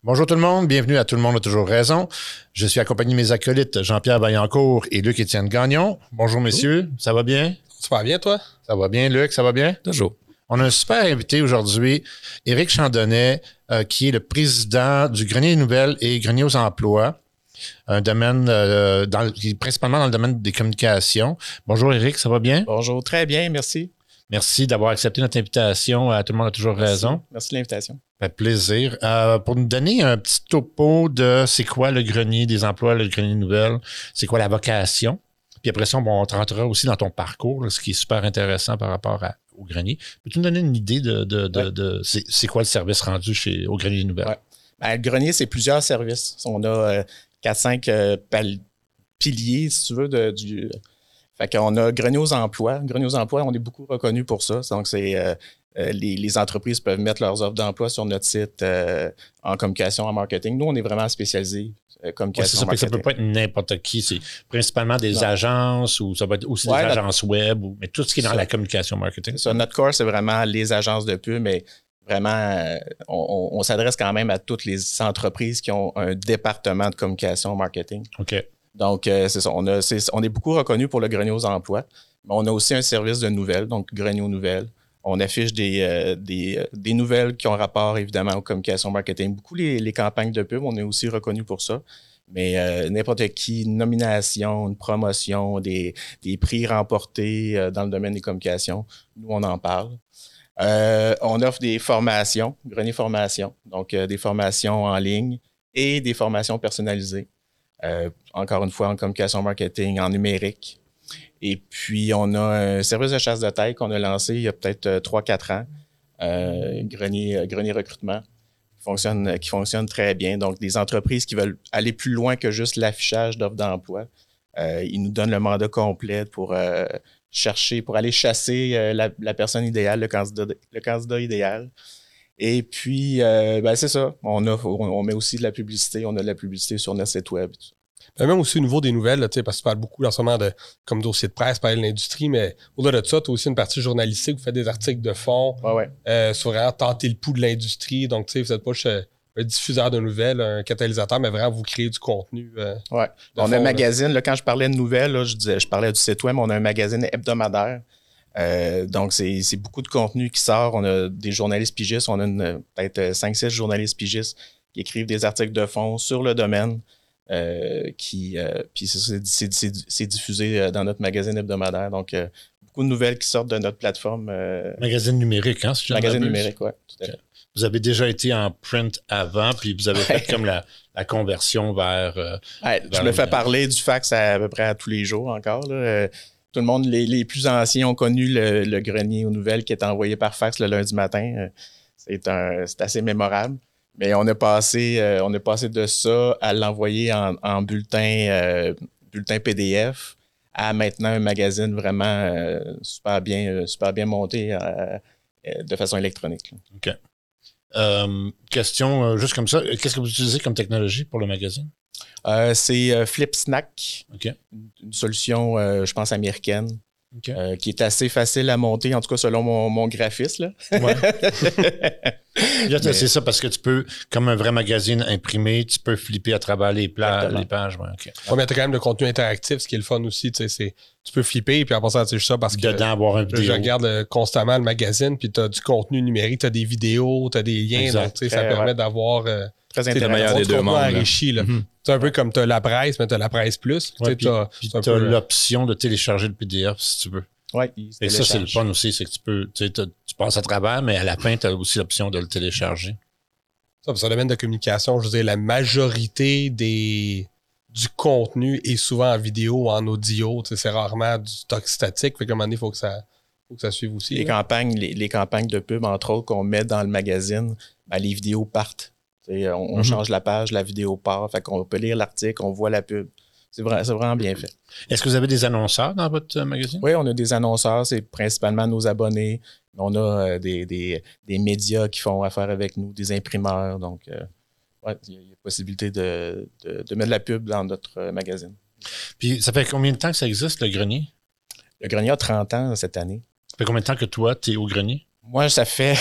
Bonjour tout le monde, bienvenue à Tout le monde a toujours raison. Je suis accompagné de mes acolytes Jean-Pierre Vaillancourt et Luc-Étienne Gagnon. Bonjour messieurs, ça va bien? Ça va bien toi? Ça va bien, Luc, ça va bien? Toujours. On a un super invité aujourd'hui, Éric Chandonnet, qui est le président du Grenier des Nouvelles et Grenier aux emplois, un domaine principalement dans le domaine des communications. Bonjour Éric, ça va bien? Bonjour, très bien, merci. Merci d'avoir accepté notre invitation à Tout le monde a toujours raison. Merci de l'invitation. Ça fait plaisir. Pour nous donner un petit topo de c'est quoi le Grenier des emplois, le Grenier des Nouvelles, c'est quoi la vocation. Puis après ça, on te rentrera aussi dans ton parcours, là, ce qui est super intéressant par rapport au Grenier. Peux-tu nous donner une idée de c'est quoi le service rendu au Grenier des Nouvelles? Ouais. Ben, le Grenier, c'est plusieurs services. On a 4-5 piliers, si tu veux, Fait qu'on a Grenier aux emplois. Grenier aux emplois, on est beaucoup reconnu pour ça. Donc, c'est les entreprises peuvent mettre leurs offres d'emploi sur notre site en communication, en marketing. Nous, on est vraiment spécialisés communication, c'est ça, marketing. Ça peut pas être n'importe qui. C'est principalement des agences ou ça va être aussi des agences web, mais tout ce qui est dans la communication, marketing. Ça, notre corps, c'est vraiment les agences de pub, mais vraiment, on s'adresse quand même à toutes les entreprises qui ont un département de communication, marketing. OK. Donc, c'est ça. On est beaucoup reconnu pour le Grenier aux emplois, mais on a aussi un service de nouvelles, donc Grenier aux nouvelles. On affiche des nouvelles qui ont rapport, évidemment, aux communications marketing. Beaucoup les campagnes de pub, on est aussi reconnu pour ça. Mais n'importe qui, une nomination, une promotion, des prix remportés dans le domaine des communications, nous, on en parle. On offre des formations, Grenier Formation, donc des formations en ligne et des formations personnalisées. Encore une fois, en communication marketing, en numérique. Et puis, on a un service de chasse de tête qu'on a lancé il y a peut-être 3-4 ans, Grenier Recrutement, qui fonctionne très bien. Donc, des entreprises qui veulent aller plus loin que juste l'affichage d'offres d'emploi. Ils nous donnent le mandat complet pour aller chasser la personne idéale, le candidat idéal. Et puis, c'est ça. On met aussi de la publicité. On a de la publicité sur notre site web. Même aussi au niveau des nouvelles, là, parce que tu parles beaucoup en ce moment comme dossier de presse, parler de l'industrie, mais au-delà de ça, tu as aussi une partie journalistique, vous faites des articles de fond sur vraiment tenter le pouls de l'industrie. Donc, vous n'êtes pas juste un diffuseur de nouvelles, un catalyseur, mais vraiment vous créez du contenu. On a un magazine. Là, quand je parlais de nouvelles, là, je parlais du site web, on a un magazine hebdomadaire. Donc, c'est beaucoup de contenu qui sort. On a des journalistes pigistes. On a peut-être 5-6 journalistes pigistes qui écrivent des articles de fond sur le domaine. Puis c'est diffusé dans notre magazine hebdomadaire. Donc, beaucoup de nouvelles qui sortent de notre plateforme. Magazine numérique, hein? Si magazine numérique, oui. Vous avez déjà été en print avant, puis vous avez fait comme la conversion vers... je me fais parler du fax à peu près à tous les jours encore. Là. Tout le monde, les plus anciens ont connu le Grenier aux nouvelles qui est envoyé par fax le lundi matin. C'est assez mémorable. Mais on est passé de ça à l'envoyer en bulletin PDF à maintenant un magazine vraiment super bien monté de façon électronique. Là. OK. Question juste comme ça. Qu'est-ce que vous utilisez comme technologie pour le magazine? C'est FlipSnack, une solution, je pense, américaine. Qui est assez facile à monter, en tout cas selon mon graphiste. Là. Ouais. C'est ça, parce que tu peux, comme un vrai magazine imprimé, tu peux flipper à travers les pages. Ouais, mais tu as quand même le contenu interactif, ce qui est le fun aussi. Tu peux flipper, puis après ça, c'est juste ça parce que dedans, avoir un vidéo. Je regarde constamment le magazine, puis tu as du contenu numérique, tu as des vidéos, tu as des liens. Exact. Donc, ça permet d'avoir le meilleur des deux mondes enrichi. Là. Mm-hmm. C'est un peu comme tu as la presse, mais tu as la presse plus. Ouais, tu as l'option de télécharger le PDF si tu veux. Ouais, et ça, c'est le fun aussi, c'est que tu passes à travers, mais à la fin, tu as aussi l'option de le télécharger. Ça, sur le domaine de communication, je veux dire, la majorité du contenu est souvent en vidéo ou en audio. C'est rarement du stock statique. Fait qu'à un moment donné, il faut que ça suive aussi. Les campagnes de pub, entre autres, qu'on met dans le magazine, les vidéos partent. On change la page, la vidéo part. Fait qu'on peut lire l'article, on voit la pub. C'est vraiment bien fait. Est-ce que vous avez des annonceurs dans votre magazine? Oui, on a des annonceurs. C'est principalement nos abonnés. On a des médias qui font affaire avec nous, des imprimeurs. Donc, il y a possibilité de mettre de la pub dans notre magazine. Puis, ça fait combien de temps que ça existe, le Grenier? Le Grenier a 30 ans cette année. Ça fait combien de temps que toi, tu es au Grenier? Moi, ça fait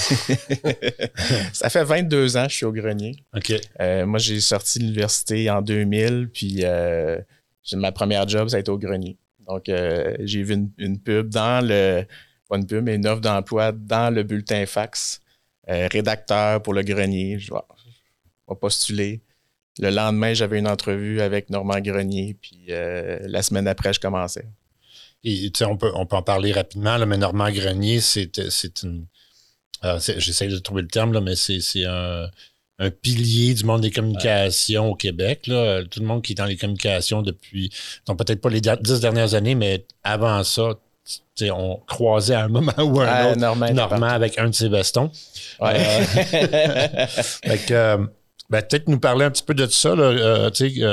ça fait 22 ans que je suis au grenier. OK. Moi, j'ai sorti de l'université en 2000, puis ma première job, ça a été au grenier. Donc, j'ai vu une pub pas une pub, mais une offre d'emploi dans le bulletin fax. Rédacteur pour le grenier. Je vais postuler. Le lendemain, j'avais une entrevue avec Normand Grenier, puis la semaine après, je commençais. Et on peut en parler rapidement, là, mais Normand Grenier, c'est une. J'essaie de trouver le terme, là, mais c'est un pilier du monde des communications au Québec. Là. Tout le monde qui est dans les communications depuis, donc peut-être pas les 10 dernières années, mais avant ça, on croisait à un moment ou à un autre Normand avec un de ses vestons. Ouais. Fait que, peut-être nous parler un petit peu de ça, là,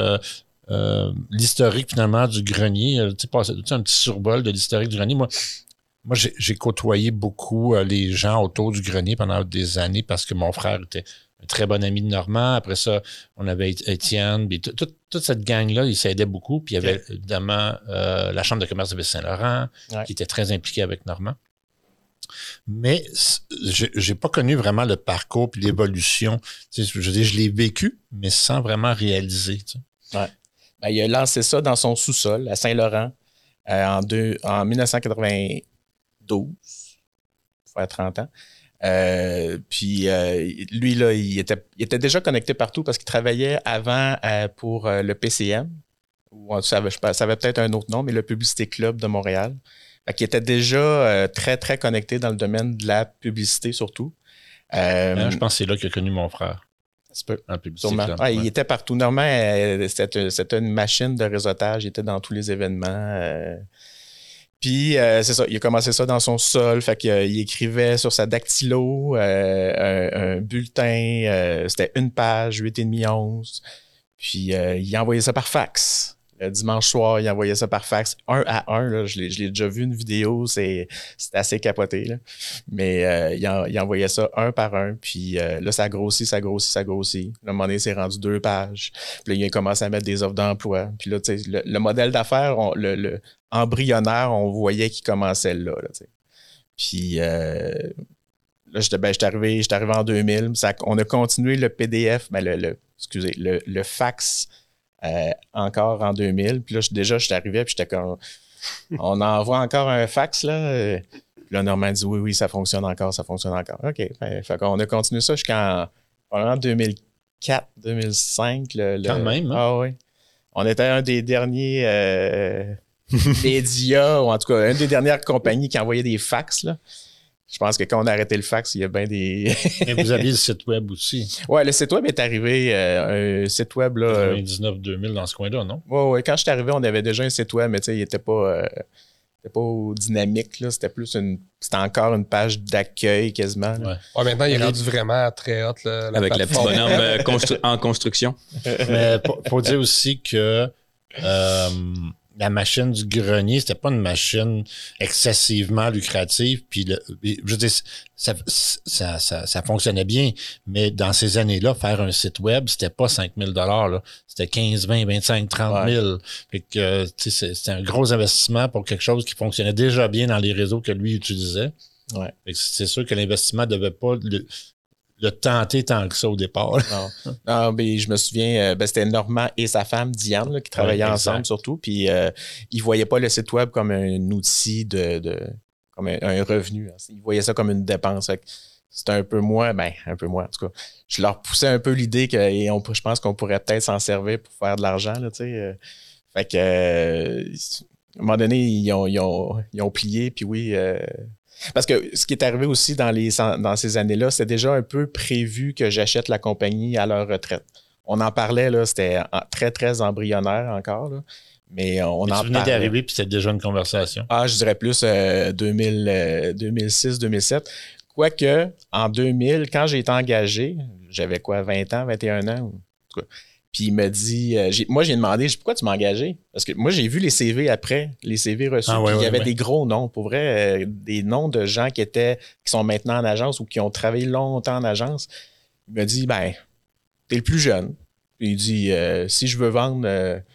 l'historique finalement du grenier. Passer un petit survol de l'historique du grenier. Moi j'ai côtoyé beaucoup les gens autour du grenier pendant des années parce que mon frère était un très bon ami de Normand. Après ça, on avait Étienne. Toute cette gang-là, ils s'aidaient beaucoup. Puis il y avait évidemment la Chambre de commerce de Ville-Saint-Laurent qui était très impliquée avec Normand. Mais j'ai pas connu vraiment le parcours puis l'évolution. Je veux dire, je l'ai vécu, mais sans vraiment réaliser. Ouais. Il a lancé ça dans son sous-sol à Saint-Laurent en 1992, pour faire 30 ans. Puis lui, là, il était déjà connecté partout parce qu'il travaillait avant pour le PCM, ou ça avait peut-être un autre nom, mais le Publicité Club de Montréal. Qui était déjà très, très connecté dans le domaine de la publicité surtout. Je pense que c'est là qu'il a connu mon frère. Ça se peut. En publicité. Club, Il était partout. Normand, c'était une machine de réseautage. Il était dans tous les événements. Puis, c'est ça. Il a commencé ça dans son sol. Fait qu'il écrivait sur sa dactylo un bulletin. C'était une page, 8,5 onces. Puis, il envoyait ça par fax. Le dimanche soir, il envoyait ça par fax, 1 à 1. Là, je l'ai déjà vu une vidéo, c'est assez capoté. Là. Mais il envoyait ça 1 par 1. Puis là, ça grossit. Là, à un moment donné, c'est rendu 2 pages. Puis là, il a commencé à mettre des offres d'emploi. Puis là, tu sais, le modèle d'affaires, le embryonnaire, on voyait qu'il commençait là. Puis là, j'étais arrivé en 2000. On a continué le PDF, mais le fax. Encore en 2000. Puis là, je suis arrivé, puis j'étais comme... On envoie encore un fax, là. Puis là, Normand dit, oui, ça fonctionne encore. OK. Fait qu'on a continué ça jusqu'en 2004, 2005. Quand même, hein? Ah oui. On était un des derniers médias, ou en tout cas, une des dernières compagnies qui envoyait des fax, là. Je pense que quand on a arrêté le fax, il y a bien des... Mais vous aviez le site web aussi. Oui, le site web est arrivé. Un site web, là... 99-2000 dans ce coin-là, non? Oui. Quand je suis arrivé, on avait déjà un site web, mais tu sais, il n'était pas dynamique, là. C'était encore une page d'accueil quasiment. Ouais, maintenant, il est rendu vraiment très hot. Là, avec la petite bonhomme en construction. Mais faut dire aussi que... la machine du grenier, c'était pas une machine excessivement lucrative. Puis, je veux dire, ça fonctionnait bien. Mais dans ces années-là, faire un site web, c'était pas 5 000 $. C'était 15, 20, 25, 30 000. Fait que, c'était un gros investissement pour quelque chose qui fonctionnait déjà bien dans les réseaux que lui utilisait. Ouais. Fait que c'est sûr que l'investissement devait pas le tenter tant que ça au départ. Non, mais je me souviens, c'était Normand et sa femme, Diane, là, qui travaillaient ensemble surtout. Puis, ils ne voyaient pas le site web comme un outil comme un revenu. Ils voyaient ça comme une dépense. C'était un peu moins, en tout cas. Je leur poussais un peu l'idée que je pense qu'on pourrait peut-être s'en servir pour faire de l'argent. Là, fait que, à un moment donné, ils ont plié. Puis oui... Parce que ce qui est arrivé aussi dans ces années-là, c'était déjà un peu prévu que j'achète la compagnie à leur retraite. On en parlait, là, c'était très, très embryonnaire encore. Là, mais on en parlait. Tu venais d'arriver puis c'était déjà une conversation. Je dirais plus 2006, 2007. Quoique, en 2000, quand j'ai été engagé, j'avais 20 ans, 21 ans, en tout cas. Puis il me dit, moi j'ai demandé, pourquoi tu m'as engagé? Parce que moi j'ai vu les CV après, les CV reçus, puis il y avait des gros noms, pour vrai, des noms de gens qui sont maintenant en agence ou qui ont travaillé longtemps en agence. Il me dit, t'es le plus jeune. Puis il dit, si je veux vendre,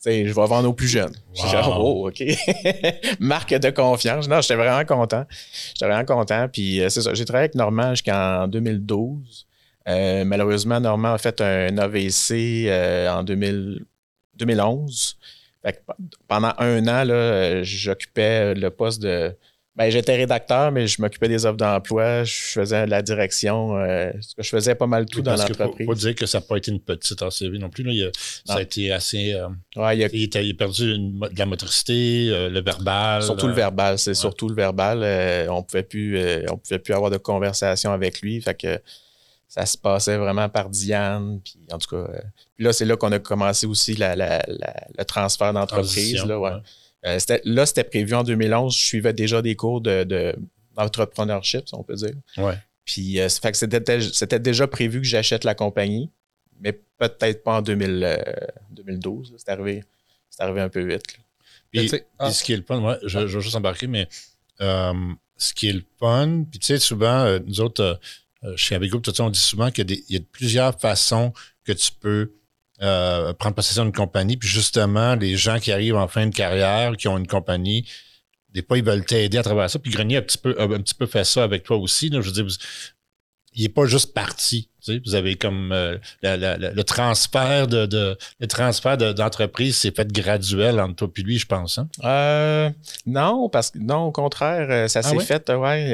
sais, je vais vendre aux plus jeunes. Wow. Genre, oh, OK. Marque de confiance. Non, j'étais vraiment content. Puis c'est ça, j'ai travaillé avec Normand jusqu'en 2012. Malheureusement, Normand a fait un AVC en 2011. Fait que pendant 1 an, là, j'occupais le poste de... j'étais rédacteur, mais je m'occupais des offres d'emploi, je faisais la direction, je faisais pas mal tout dans l'entreprise. Faut dire que ça n'a pas été une petite ACV non plus. Là. Ça a été assez... il a perdu de la motricité, le verbal. Surtout le verbal, c'est surtout le verbal. On pouvait plus avoir de conversation avec lui, fait que ça se passait vraiment par Diane. Puis en tout cas, puis là, c'est là qu'on a commencé aussi le transfert d'entreprise. Là, ouais. C'était prévu en 2011. Je suivais déjà des cours d'entrepreneurship, si on peut dire. Ouais. Puis, fait que c'était déjà prévu que j'achète la compagnie, mais peut-être pas en 2012. C'est arrivé un peu vite. Puis ce qui est le fun, moi, je vais juste embarquer, mais ce qui est le fun, puis tu sais, souvent, nous autres, chez Abigo, on dit souvent qu'il y a plusieurs façons que tu peux prendre possession d'une compagnie. Puis justement, les gens qui arrivent en fin de carrière, qui ont une compagnie, des fois, ils veulent t'aider à travers ça. Puis Grenier a un petit peu fait ça avec toi aussi. Là. Je veux dire, il n'est pas juste parti. Tu sais, vous avez comme le transfert d'entreprise s'est fait graduel entre toi et lui, je pense. Hein? Non, au contraire, ça s'est fait,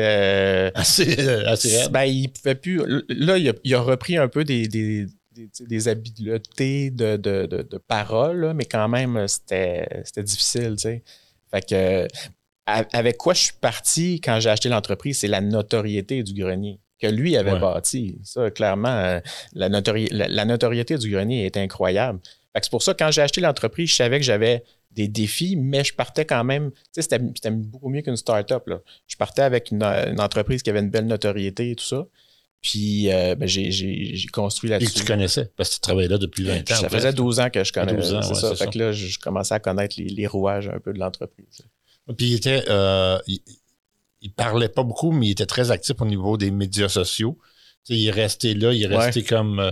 assez raide. Il pouvait plus. Là, il a repris un peu des habiletés de parole, là, mais quand même, c'était difficile, tu sais. Fait que avec quoi je suis parti quand j'ai acheté l'entreprise, c'est la notoriété du grenier que lui avait bâti. Ça, clairement, la notoriété du grenier est incroyable. Fait que c'est pour ça que quand j'ai acheté l'entreprise, je savais que j'avais des défis, mais je partais quand même, tu sais, c'était beaucoup mieux qu'une start-up, là. Je partais avec une entreprise qui avait une belle notoriété et tout ça. Puis, j'ai construit là-dessus. Et que tu connaissais, parce que tu travaillais là depuis 20 ans. Ça faisait 12 ans que je connaissais. C'est ça. Fait que là, je commençais à connaître les rouages un peu de l'entreprise. Puis, il parlait pas beaucoup, mais il était très actif au niveau des médias sociaux. Tu sais, il est resté là, comme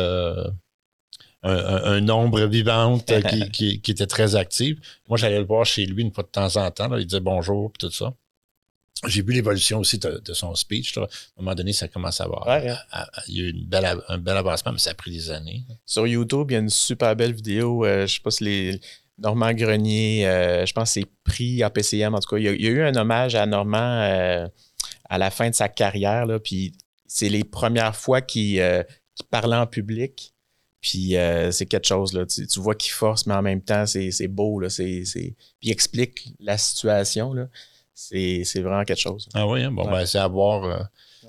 un ombre vivante qui était très active. Moi, j'allais le voir chez lui une fois de temps en temps. Là, il disait bonjour et tout ça. J'ai vu l'évolution aussi de son speech. Là. À un moment donné, ça commence à avoir. Il y a eu un bel avancement, mais ça a pris des années. Sur YouTube, il y a une super belle vidéo. Je ne sais pas si Normand Grenier, je pense que c'est pris à PCM. En tout cas, il y a eu un hommage à Normand à la fin de sa carrière. Là, puis c'est les premières fois qu'il parlait en public. Puis c'est quelque chose. Là, tu vois qu'il force, mais en même temps, c'est beau. Là, puis il explique la situation. Là. C'est vraiment quelque chose. Ah oui, hein? Bon, c'est à voir.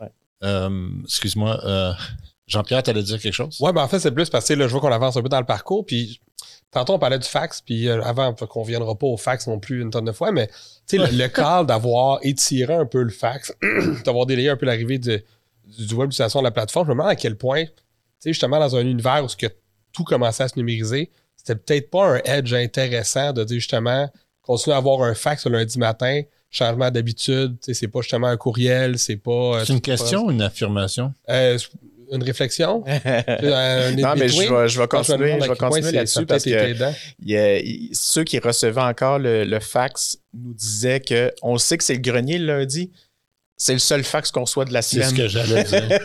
Excuse-moi, Jean-Pierre, tu allais dire quelque chose? Oui, en fait, c'est plus parce que là, je vois qu'on avance un peu dans le parcours. Puis tantôt, on parlait du fax. Puis avant, qu'on ne viendra pas au fax non plus une tonne de fois, mais le cadre d'avoir étiré un peu le fax, d'avoir délayé un peu l'arrivée du web d'utilisation de la plateforme, je me demande à quel point, justement, dans un univers où tout commençait à se numériser, c'était peut-être pas un edge intéressant de dire justement, continuer à avoir un fax le lundi matin. Changement d'habitude, c'est pas justement un courriel, c'est pas... C'est une question ou une affirmation? Une réflexion? Non, mais je vais continuer là-dessus parce que ceux qui recevaient encore le fax nous disaient qu'on sait que c'est le grenier le lundi. C'est le seul fax qu'on reçoit de la semaine. C'est ce que j'allais dire.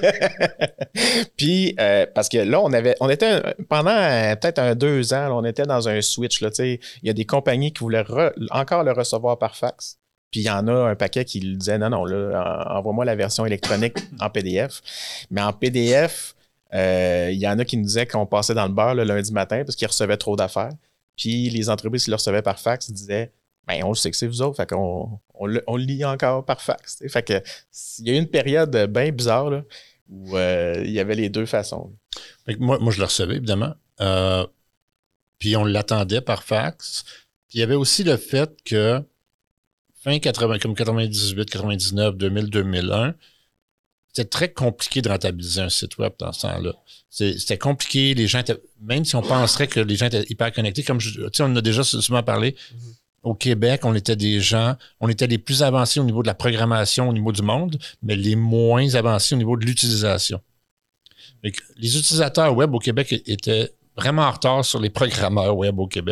Puis, parce que là, on était pendant peut-être 2 ans, là, on était dans un switch. Il y a des compagnies qui voulaient encore le recevoir par fax. Puis il y en a un paquet qui lui disait non, là, envoie-moi la version électronique en PDF. Mais en PDF, il y en a qui nous disaient qu'on passait dans le beurre le lundi matin parce qu'ils recevaient trop d'affaires. Puis les entreprises qui le recevaient par fax disaient on le sait que c'est vous autres, fait qu'on on le lit encore par fax. T'sais. Fait que il y a eu une période bien bizarre là, où il y avait les deux façons. Fait que moi, je le recevais, évidemment. Puis on l'attendait par fax. Puis il y avait aussi le fait que fin 80, comme 98, 99, 2000, 2001, c'était très compliqué de rentabiliser un site web dans ce temps-là. C'était compliqué. Les gens étaient, même si on penserait que les gens étaient hyper connectés, comme on en a déjà souvent parlé, au Québec, on était les plus avancés au niveau de la programmation, au niveau du monde, mais les moins avancés au niveau de l'utilisation. Les utilisateurs web au Québec étaient vraiment en retard sur les programmeurs web au Québec.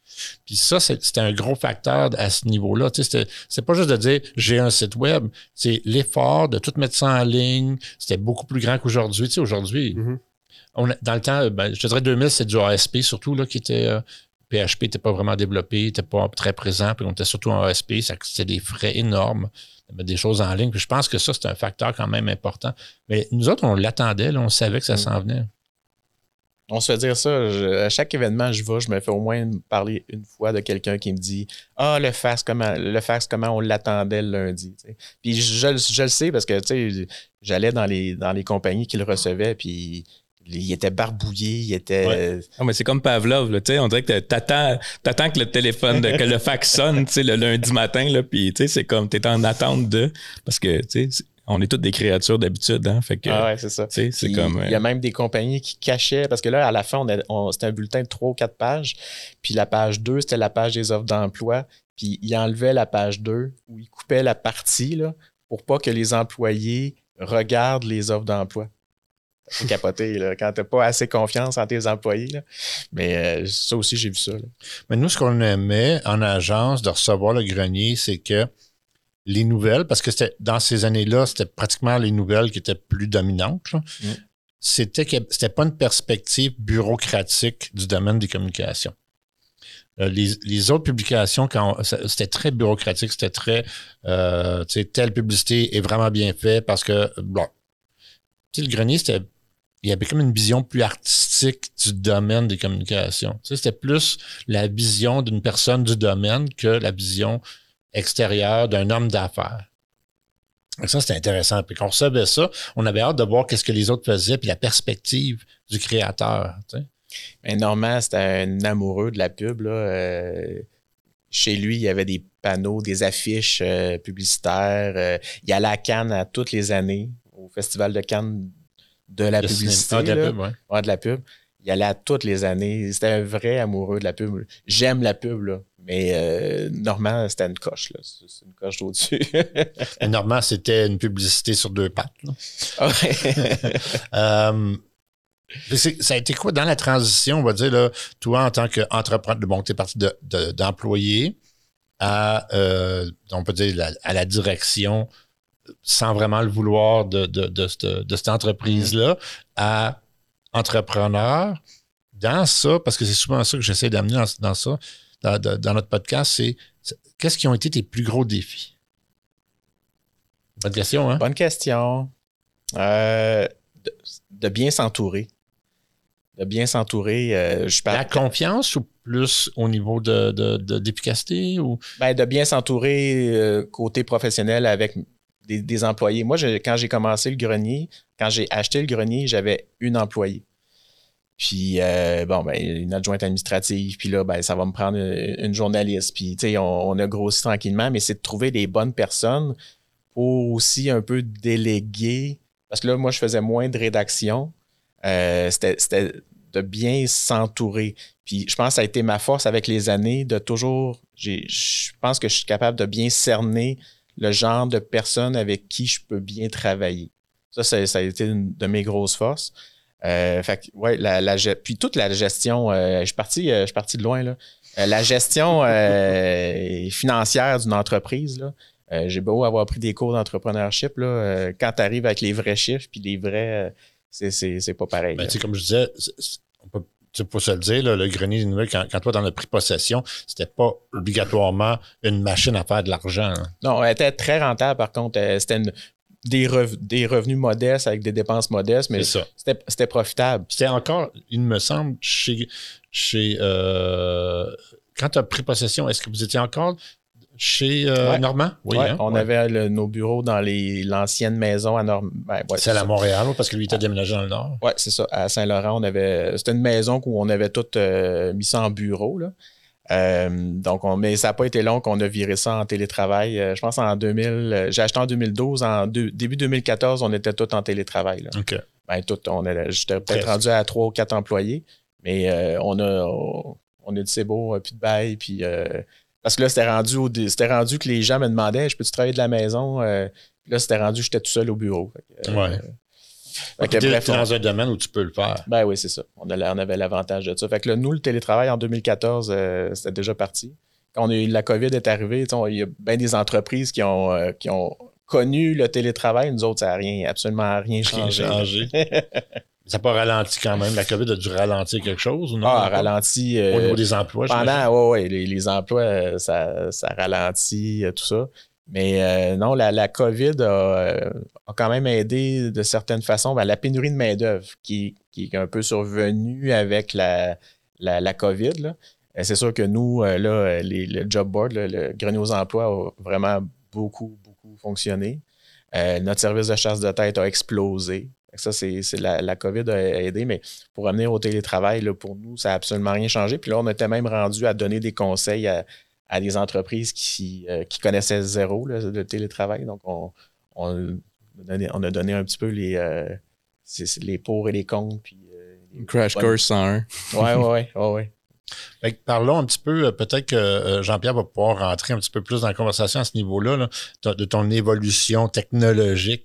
Puis ça, c'était un gros facteur à ce niveau-là. Tu sais, c'est pas juste de dire j'ai un site web, c'est l'effort de tout mettre ça en ligne. C'était beaucoup plus grand qu'aujourd'hui. Tu sais, aujourd'hui, dans le temps, je te dirais 2000, c'est du ASP surtout là, qui était. PHP n'était pas vraiment développé, n'était pas très présent, puis on était surtout en ASP, c'était des frais énormes de mettre des choses en ligne. Puis je pense que ça, c'est un facteur quand même important. Mais nous autres, on l'attendait, là, on savait que ça s'en venait. On se fait dire ça. À chaque événement, je me fais au moins parler une fois de quelqu'un qui me dit « Ah, le fax, comment on l'attendait le lundi. » Puis je le sais parce que j'allais dans les compagnies qui le recevaient, puis il était barbouillé, il était... Ouais. Non, mais c'est comme Pavlov, là, on dirait que t'attends que le téléphone, que le fax sonne le lundi matin, là, puis c'est comme t'es en attente de... Parce que, on est tous des créatures d'habitude, hein, fait que... Ah ouais, c'est ça. C'est comme... Il y a même des compagnies qui cachaient, parce que là, à la fin, c'était un bulletin de 3 ou 4 pages, puis la page 2, c'était la page des offres d'emploi, puis ils enlevaient la page 2, où ils coupaient la partie, là, pour pas que les employés regardent les offres d'emploi. C'est capoté, là, quand t'as pas assez confiance en tes employés. Là. Mais ça aussi, j'ai vu ça. Là. Mais nous, ce qu'on aimait en agence de recevoir le grenier, c'est que les nouvelles, parce que dans ces années-là, c'était pratiquement les nouvelles qui étaient plus dominantes. C'était pas une perspective bureaucratique du domaine des communications. Les autres publications, c'était très bureaucratique, c'était très telle publicité est vraiment bien faite parce que bon, le grenier, il y avait comme une vision plus artistique du domaine des communications. C'était plus la vision d'une personne du domaine que la vision extérieure d'un homme d'affaires. Donc ça, c'était intéressant. Puis qu'on recevait ça, on avait hâte de voir qu'est-ce que les autres faisaient, puis la perspective du créateur. Mais Normand, c'était un amoureux de la pub. Là. Chez lui, il y avait des panneaux, des affiches publicitaires. Il allait à Cannes toutes les années, au Festival de Cannes de la publicité. De la pub, ouais. Ouais, de la pub. Il allait à toutes les années. C'était un vrai amoureux de la pub. J'aime la pub, là. Mais Normand, c'était une coche, là. C'est une coche d'au-dessus. Normand, c'était une publicité sur 2 pattes. Là. Ça a été quoi dans la transition, on va dire, là, toi, en tant qu'entrepreneur, bon, tu es parti d'employé à, on peut dire, à la direction, sans vraiment le vouloir de cette entreprise-là, à entrepreneur. Dans ça, parce que c'est souvent ça que j'essaie d'amener dans ça, dans notre podcast, c'est qu'est-ce qui ont été tes plus gros défis? Bonne question, hein? Bonne question. De bien s'entourer. De bien s'entourer. La confiance ou plus au niveau d'efficacité? Ou? Ben, de bien s'entourer côté professionnel avec des employés. Moi, quand j'ai commencé le grenier, quand j'ai acheté le grenier, j'avais une employée. Puis, une adjointe administrative. Puis là, ça va me prendre une journaliste. Puis, tu sais, on a grossi tranquillement, mais c'est de trouver des bonnes personnes pour aussi un peu déléguer. Parce que là, moi, je faisais moins de rédaction. C'était de bien s'entourer. Puis, je pense que ça a été ma force avec les années de toujours... Je pense que je suis capable de bien cerner le genre de personnes avec qui je peux bien travailler. Ça a été une de mes grosses forces. Fait que, ouais, puis toute la gestion, je suis parti de loin, là. La gestion financière d'une entreprise, là, j'ai beau avoir pris des cours d'entrepreneurship, là, quand tu arrives avec les vrais chiffres puis les vrais, c'est pas pareil. Ben, comme je disais, tu peux se le dire, là, le grenier des nouvelles, quand toi t'en as pris possession, c'était pas obligatoirement une machine à faire de l'argent. Hein. Non, elle était très rentable, par contre. C'était des revenus modestes avec des dépenses modestes, mais c'était profitable. C'était encore, il me semble, quand tu as pris possession, est-ce que vous étiez encore chez Normand? Oui, hein? On avait nos bureaux dans l'ancienne maison à Normand. C'est à Montréal, parce que lui était déménagé dans le Nord. Oui, c'est ça. À Saint-Laurent, c'était une maison où on avait tout mis ça en bureau, là. Mais ça n'a pas été long qu'on a viré ça en télétravail. Je pense en 2000, j'ai acheté en 2012. Début 2014, on était tous en télétravail. Là. OK. J'étais peut-être rendu à 3 ou 4 employés, mais on a dit c'est beau, plus de bail. Puis, parce que là, c'était rendu que les gens me demandaient, je peux-tu travailler de la maison? Puis là, c'était rendu que j'étais tout seul au bureau. Tu es dans un domaine où tu peux le faire. Ben oui, c'est ça. On avait l'avantage de ça. Fait que là, nous, le télétravail en 2014, c'était déjà parti. Quand la COVID est arrivée, il y a bien des entreprises qui ont connu le télétravail. Nous autres, ça n'a absolument rien changé. Ça n'a pas ralenti quand même. La COVID a dû ralentir quelque chose ou non? Ralenti. Au niveau des emplois, oui, les emplois, ça ralentit, tout ça. Mais non, la COVID a quand même aidé de certaines façons. La pénurie de main-d'œuvre qui est un peu survenue avec la COVID. Là. C'est sûr que nous, là, le job board, le grenier aux emplois a vraiment beaucoup fonctionné. Notre service de chasse de tête a explosé. Ça, c'est la COVID a aidé, mais pour revenir au télétravail, là, pour nous, ça n'a absolument rien changé. Puis là, on était même rendu à donner des conseils à des entreprises qui connaissaient zéro le télétravail. Donc, on a donné un petit peu les pour et les contre. Puis, Crash Course 101. Oui. Parlons un petit peu, peut-être que Jean-Pierre va pouvoir rentrer un petit peu plus dans la conversation à ce niveau-là, là, de ton évolution technologique.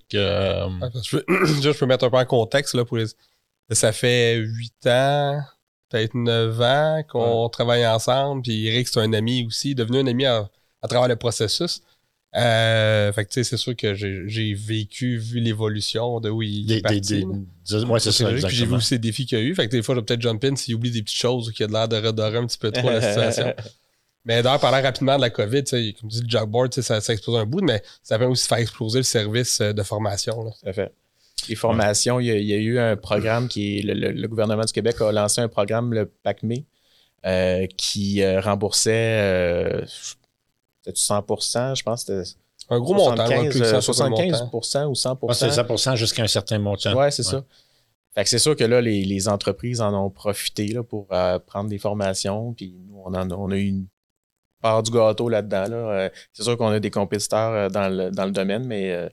Je peux mettre un peu en contexte. Là, ça fait 8 ans, peut-être 9 ans qu'on travaille ensemble. Puis Eric, c'est un ami aussi, devenu un ami à travers le processus. Fait que tu sais, c'est sûr que j'ai vu l'évolution de où il est parti. Ouais, c'est ça, puis j'ai vu aussi les défis qu'il y a eu. Fait que des fois, je vais peut-être jump in s'il oublie des petites choses ou qu'il a de l'air de redorer un petit peu trop la situation. Mais d'ailleurs, parlant rapidement de la COVID, comme tu dis, le Jobboard, ça explose un bout, mais ça va aussi faire exploser le service de formation. Là. Tout à fait. Les formations, il y a eu un programme qui est le gouvernement du Québec a lancé un programme, le PACME, qui remboursait 100%, je pense que c'était un gros montant. 75% ou 100%. C'est 100% jusqu'à un certain montant. Oui, c'est ça. Fait que c'est sûr que là, les entreprises en ont profité là, pour prendre des formations. Puis nous, on a eu une part du gâteau là-dedans. Là. C'est sûr qu'on a des compétiteurs dans le domaine, mais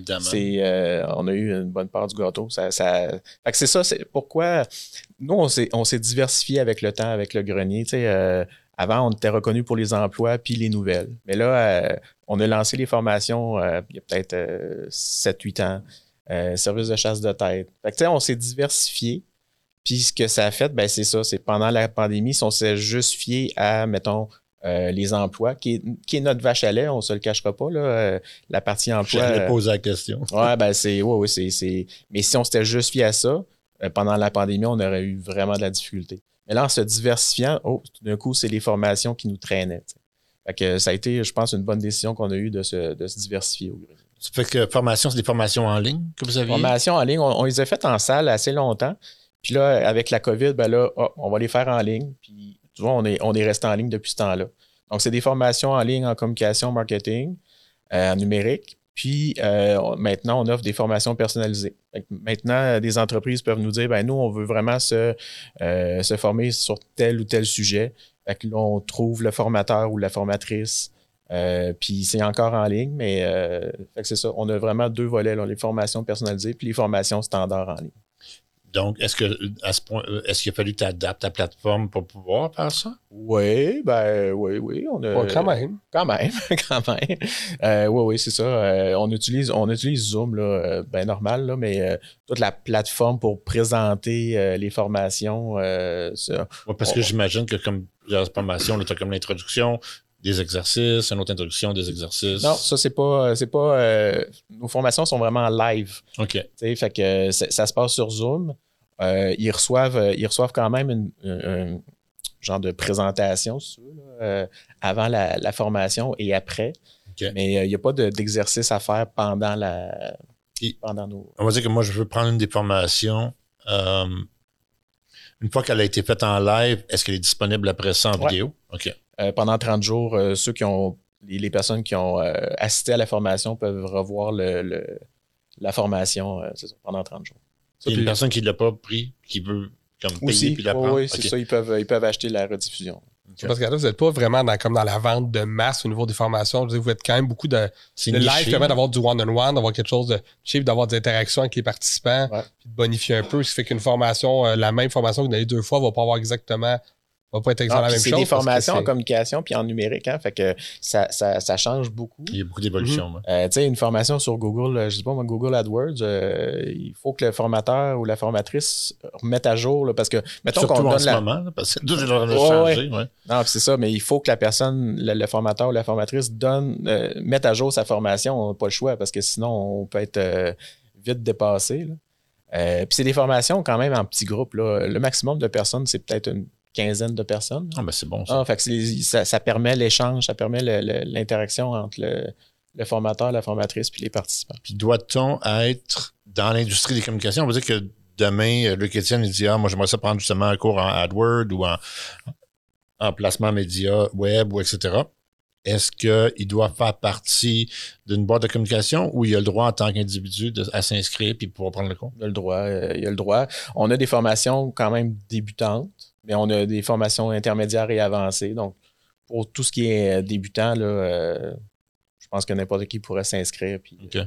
on a eu une bonne part du gâteau. Fait que c'est ça, c'est pourquoi nous, on s'est diversifié avec le temps, avec le grenier. Avant, on était reconnu pour les emplois puis les nouvelles. Mais là, on a lancé les formations il y a peut-être 7-8 ans. Service de chasse de tête. Fait que, on s'est diversifié. Puis ce que ça a fait, c'est ça. C'est pendant la pandémie, si on s'est juste fié à, mettons, les emplois, qui est notre vache à lait, on ne se le cachera pas, là, la partie emploi. J'allais poser la question. Oui, mais si on s'était juste fié à ça, pendant la pandémie, on aurait eu vraiment de la difficulté. Mais là, en se diversifiant, tout d'un coup, c'est les formations qui nous traînaient. T'sais. Fait que ça a été, je pense, une bonne décision qu'on a eue de se diversifier au grenier. Ça fait que formation, c'est des formations en ligne que vous aviez? Formations en ligne, on les a faites en salle assez longtemps. Puis là, avec la COVID, on va les faire en ligne. Puis tu vois, on est resté en ligne depuis ce temps-là. Donc, c'est des formations en ligne en communication, marketing, en numérique. Puis maintenant, on offre des formations personnalisées. Maintenant, des entreprises peuvent nous dire, nous, on veut vraiment se former sur tel ou tel sujet. Fait que là, on trouve le formateur ou la formatrice. Puis c'est encore en ligne, mais fait que c'est ça. On a vraiment 2 volets, là, les formations personnalisées puis les formations standards en ligne. Donc, est-ce qu'il a fallu que tu adaptes ta plateforme pour pouvoir faire ça? Oui. On a, quand même. Oui, c'est ça. On utilise Zoom, là, normal, là, mais toute la plateforme pour présenter les formations. Parce que j'imagine que comme plusieurs formations, tu as comme l'introduction, des exercices, une autre introduction, des exercices. Non, ça, c'est pas nos formations sont vraiment live. OK. Fait que ça se passe sur Zoom. Ils reçoivent quand même un genre de présentation, si tu veux, là, avant la formation et après. Okay. Mais il n'y a pas d'exercice à faire pendant nos... On va dire que moi, je veux prendre une des formations. Une fois qu'elle a été faite en live, est-ce qu'elle est disponible après ça en vidéo? OK. Pendant 30 jours, les personnes qui ont assisté à la formation peuvent revoir la formation pendant 30 jours. Il y a une personne qui ne l'a pas pris, qui veut comme payer puis la prendre? Oui, c'est ça. Ils peuvent acheter la rediffusion. Okay. Parce que là, vous n'êtes pas vraiment dans la vente de masse au niveau des formations. Je veux dire, vous êtes quand même beaucoup de live qui permet d'avoir du one-on-one, d'avoir quelque chose de cheap, d'avoir des interactions avec les participants, puis de bonifier un peu. Ce qui fait qu'une formation, la même formation que vous avez 2 fois, ne va pas avoir exactement On va pas être exactement la même chose. C'est des formations en communication puis en numérique, hein, fait que ça change beaucoup. Il y a beaucoup d'évolutions. Tu sais, une formation sur Google, je sais pas moi, Google AdWords, il faut que le formateur ou la formatrice remette à jour, là, parce que, mettons surtout qu'on donne en ce moment, là, parce que tout est changé. Ouais. Non, c'est ça, mais il faut que la personne, le formateur ou la formatrice mette à jour sa formation, on n'a pas le choix, parce que sinon, on peut être vite dépassé. Puis c'est des formations quand même en petits groupes. Là. Le maximum de personnes, c'est peut-être une quinzaine de personnes. Ah, ben c'est bon ça. Fait que ça permet l'échange, ça permet l'interaction entre le formateur, la formatrice puis les participants. Puis doit-on être dans l'industrie des communications? On va dire que demain, Luc Étienne, il dit « Ah, moi, j'aimerais ça prendre justement un cours en AdWords ou en placement média web, ou etc. » Est-ce qu'il doit faire partie d'une boîte de communication ou il a le droit en tant qu'individu à s'inscrire puis pouvoir prendre le cours? Il a le droit. On a des formations quand même débutantes, mais on a des formations intermédiaires et avancées. Donc, pour tout ce qui est débutant, là, je pense que n'importe qui pourrait s'inscrire. Puis, OK.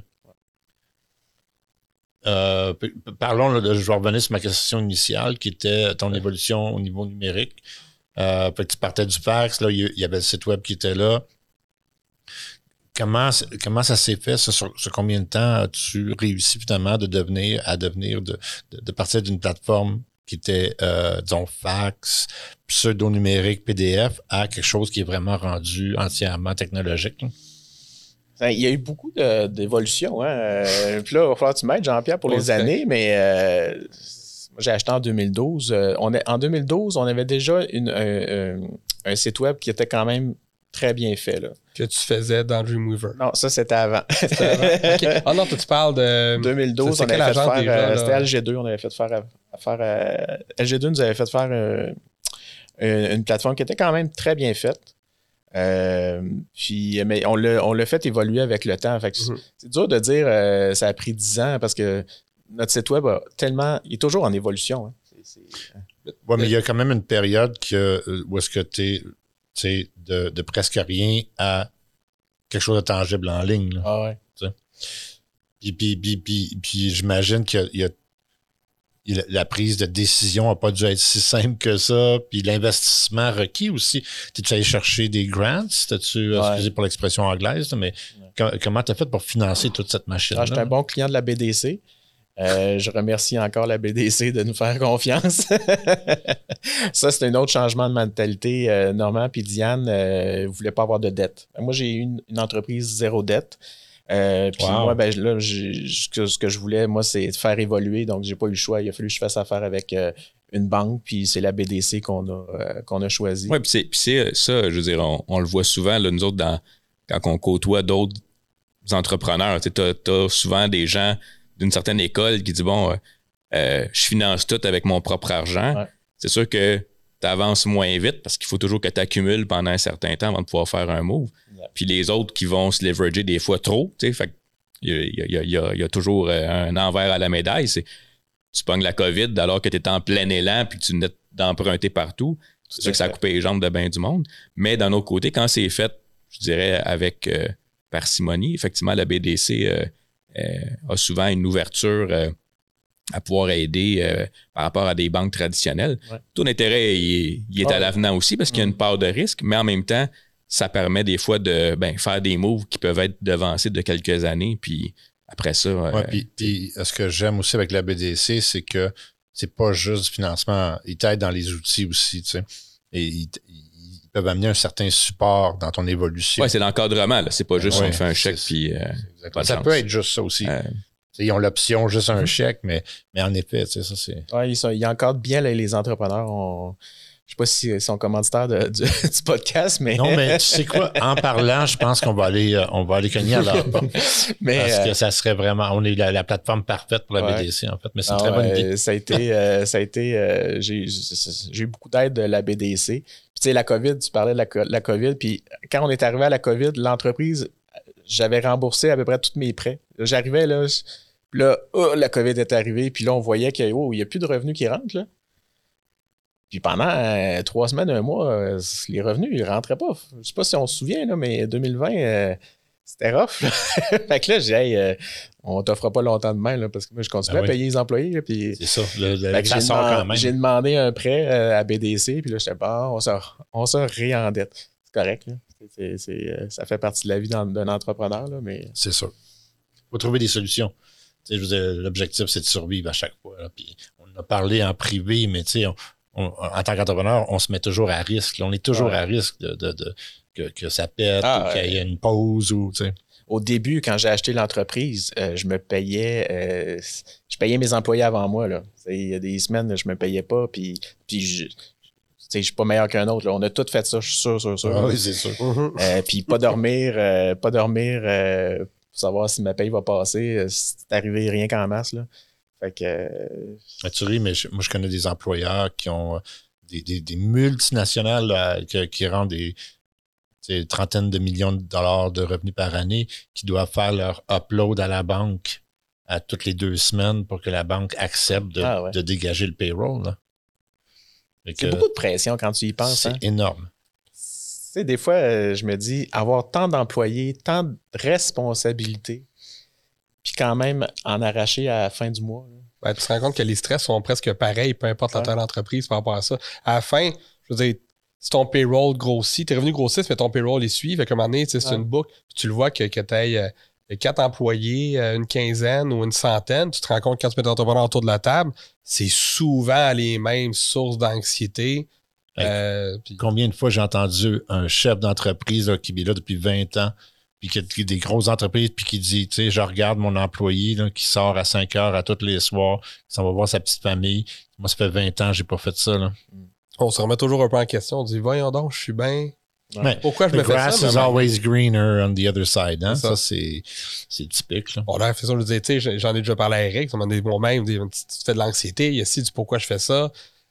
Parlons, là, je vais revenir sur ma question initiale qui était ton évolution au niveau numérique. Tu partais du fax, là, il y avait le site web qui était là. Comment ça s'est fait? Sur combien de temps as-tu réussi finalement de partir d'une plateforme qui était, disons, fax, pseudo-numérique, PDF, à quelque chose qui est vraiment rendu entièrement technologique? Il y a eu beaucoup d'évolution. Hein? Puis là, il va falloir que tu m'aides, Jean-Pierre, pour les années, mais moi, j'ai acheté en 2012. En 2012, on avait déjà un site web qui était quand même très bien fait. Là. Que tu faisais dans Dreamweaver. Non, ça, c'était avant. C'était avant? Okay. Ah non, toi, tu parles de... 2012, on avait fait faire... C'était LG2, on avait fait faire... LG2 nous avait fait faire une plateforme qui était quand même très bien faite. Mais on l'a fait évoluer avec le temps. Fait que c'est dur de dire ça a pris 10 ans parce que notre site web il est toujours en évolution. Hein. Oui, mais il y a quand même une période où est-ce que tu es de presque rien à quelque chose de tangible en ligne. Là, ah ouais. Puis j'imagine la prise de décision n'a pas dû être si simple que ça. Puis l'investissement requis aussi. T'es-tu allé chercher des grants? Excusez pour l'expression anglaise, mais comment tu as fait pour financer toute cette machine-là? J'étais un bon client de la BDC. Je remercie encore la BDC de nous faire confiance. Ça, c'est un autre changement de mentalité. Normand et Diane ne voulaient pas avoir de dette. Moi, j'ai eu une entreprise zéro dette. Puis moi, là, ce que je voulais, moi, c'est faire évoluer. Donc, j'ai pas eu le choix. Il a fallu que je fasse affaire avec une banque. Puis c'est la BDC qu'on a choisi. Oui, puis c'est ça, je veux dire, on le voit souvent, là, nous autres, quand on côtoie d'autres entrepreneurs. Tu as souvent des gens d'une certaine école qui dit bon, je finance tout avec mon propre argent. Ouais. C'est sûr que tu avances moins vite parce qu'il faut toujours que tu accumules pendant un certain temps avant de pouvoir faire un move. Yeah. Puis les autres qui vont se leverager des fois trop, tu sais, fait il y a toujours un envers à la médaille. Tu pognes la COVID alors que tu es en plein élan puis que tu venais d'emprunter partout. C'est sûr que ça a coupé les jambes de bien du monde. Mais d'un autre côté, quand c'est fait, je dirais, avec parcimonie, effectivement, la BDC a souvent une ouverture à pouvoir aider par rapport à des banques traditionnelles. Ouais. Taux d'intérêt, il est à l'avenant aussi parce qu'il y a une part de risque, mais en même temps, ça permet des fois de faire des moves qui peuvent être devancés de quelques années, puis après ça... puis ce que j'aime aussi avec la BDC, c'est que c'est pas juste du financement, ils t'aident dans les outils aussi, tu sais, et ils peuvent amener un certain support dans ton évolution. Oui, c'est l'encadrement, là. C'est pas juste on fait un chèque puis ça peut être juste ça aussi. Ils ont l'option juste un chèque, mais en effet, ça c'est... Oui, ils encadrent bien les entrepreneurs. Je sais pas si sont commanditaires du podcast, mais... Non, mais tu sais quoi? En parlant, je pense qu'on va aller cogner à leur porte. Parce que ça serait vraiment... On est la plateforme parfaite pour la BDC, en fait. Mais c'est une très bonne idée. Ça a été j'ai eu beaucoup d'aide de la BDC. Puis tu sais, la COVID, tu parlais de la COVID. Puis quand on est arrivé à la COVID, l'entreprise, j'avais remboursé à peu près tous mes prêts. J'arrivais, là, la COVID est arrivée. Puis là, on voyait qu'il n'y a plus de revenus qui rentrent, là. Puis pendant 3 semaines, 1 mois, les revenus, ils ne rentraient pas. Je ne sais pas si on se souvient, là, mais 2020, c'était rough. Là. Fait que là, j'ai dit, hey, on t'offre pas longtemps de main, là, parce que moi, je continue à payer les employés. Là, puis... C'est ça, ça sort quand même. J'ai demandé un prêt à BDC, puis là, j'étais bon, on se réendette. C'est correct, là. Ça fait partie de la vie d'un entrepreneur, là, mais... C'est sûr. Il faut trouver des solutions. Je veux dire, l'objectif, c'est de survivre à chaque fois. Là. Puis on en a parlé en privé, mais en tant qu'entrepreneur, on se met toujours à risque. Là. On est toujours à risque que ça pète ou qu'il y ait une pause. Au début, quand j'ai acheté l'entreprise, je payais mes employés avant moi. Là. Il y a des semaines, je me payais pas, puis je suis pas meilleur qu'un autre. Là. On a tout fait ça, je suis sûr. Ah oui, c'est sûr. Puis pas dormir pour savoir si ma paye va passer. C'est arrivé rien qu'en masse. Là. Fait que... Tu ris, mais moi, je connais des employeurs qui ont des multinationales là, qui rendent des trentaines de millions de dollars de revenus par année qui doivent faire leur upload à la banque à toutes les 2 semaines pour que la banque accepte de dégager le payroll. Là. C'est beaucoup de pression quand tu y penses. C'est énorme. Tu sais, des fois, je me dis, avoir tant d'employés, tant de responsabilités, puis quand même en arracher à la fin du mois. Ben, tu te rends compte que les stress sont presque pareils, peu importe la taille d'entreprise par rapport à ça. À la fin, je veux dire, si ton payroll grossit, tes revenus grossissent, mais ton payroll les suit. Fait qu'à un moment donné, c'est une boucle. Puis tu le vois que tu aies 4 employés, une quinzaine ou une centaine, tu te rends compte que quand tu mets ton entrepreneur autour de la table, c'est souvent les mêmes sources d'anxiété. Puis combien de fois j'ai entendu un chef d'entreprise là, qui est là depuis 20 ans, puis qui a des grosses entreprises, puis qui dit, tu sais, je regarde mon employé là, qui sort à 5 heures à tous les soirs, qui s'en va voir sa petite famille. Moi, ça fait 20 ans que j'ai pas fait ça. Là. On se remet toujours un peu en question. On dit, voyons donc, je suis bien... Ouais. Pourquoi je me fais ça? The grass is always greener on the other side. Hein? Ça, c'est typique. Là. Bon, là, fait ça, je disais, tu sais, j'en ai déjà parlé à Eric. Moi-même, tu fais de l'anxiété. Il y a aussi du pourquoi je fais ça.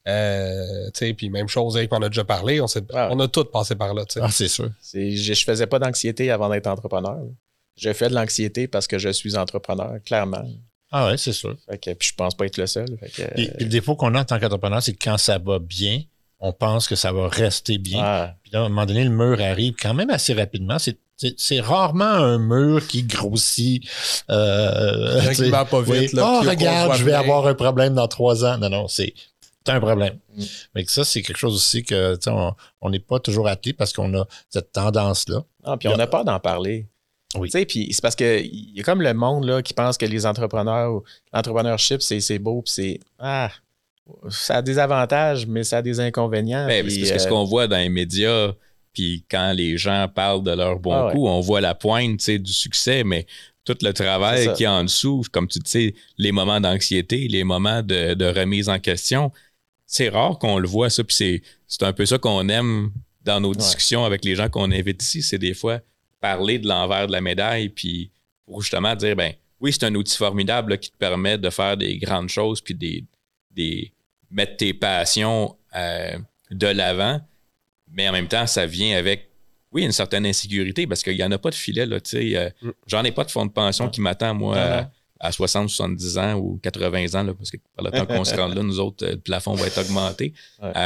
Puis même chose, Eric m'en a déjà parlé. On a tous passé par là. Ah, c'est sûr. Je faisais pas d'anxiété avant d'être entrepreneur. Je fais de l'anxiété parce que je suis entrepreneur, clairement. Ah ouais, c'est sûr. Puis je pense pas être le seul. Puis le défaut qu'on a en tant qu'entrepreneur, c'est que quand ça va bien, on pense que ça va rester bien. Puis là, à un moment donné, le mur arrive quand même assez rapidement. C'est rarement un mur qui grossit. Tranquillement, pas vite. Là, regarde, je vais avoir un problème dans 3 ans. Non, c'est un problème. Mais ça, c'est quelque chose aussi que on n'est pas toujours attelé parce qu'on a cette tendance-là. Puis on a peur d'en parler. Oui. Puis c'est parce qu'il y a comme le monde là, qui pense que les entrepreneurs, l'entrepreneurship, c'est beau, puis c'est... ça a des avantages, mais ça a des inconvénients. C'est parce que ce qu'on voit dans les médias, puis quand les gens parlent de leur bon coup, on voit la pointe du succès, mais tout le travail qui est en dessous, comme tu sais, les moments d'anxiété, les moments de remise en question, c'est rare qu'on le voit, ça. Puis c'est un peu ça qu'on aime dans nos discussions avec les gens qu'on invite ici, c'est des fois parler de l'envers de la médaille, puis pour justement dire, ben oui, c'est un outil formidable là, qui te permet de faire des grandes choses, puis mettre tes passions de l'avant, mais en même temps, ça vient avec, oui, une certaine insécurité parce qu'il n'y en a pas de filet, là, tu sais. J'en ai pas de fonds de pension qui m'attend, moi, à 60, 70 ans ou 80 ans, là, parce que par le temps qu'on se rende là, nous autres, le plafond va être augmenté.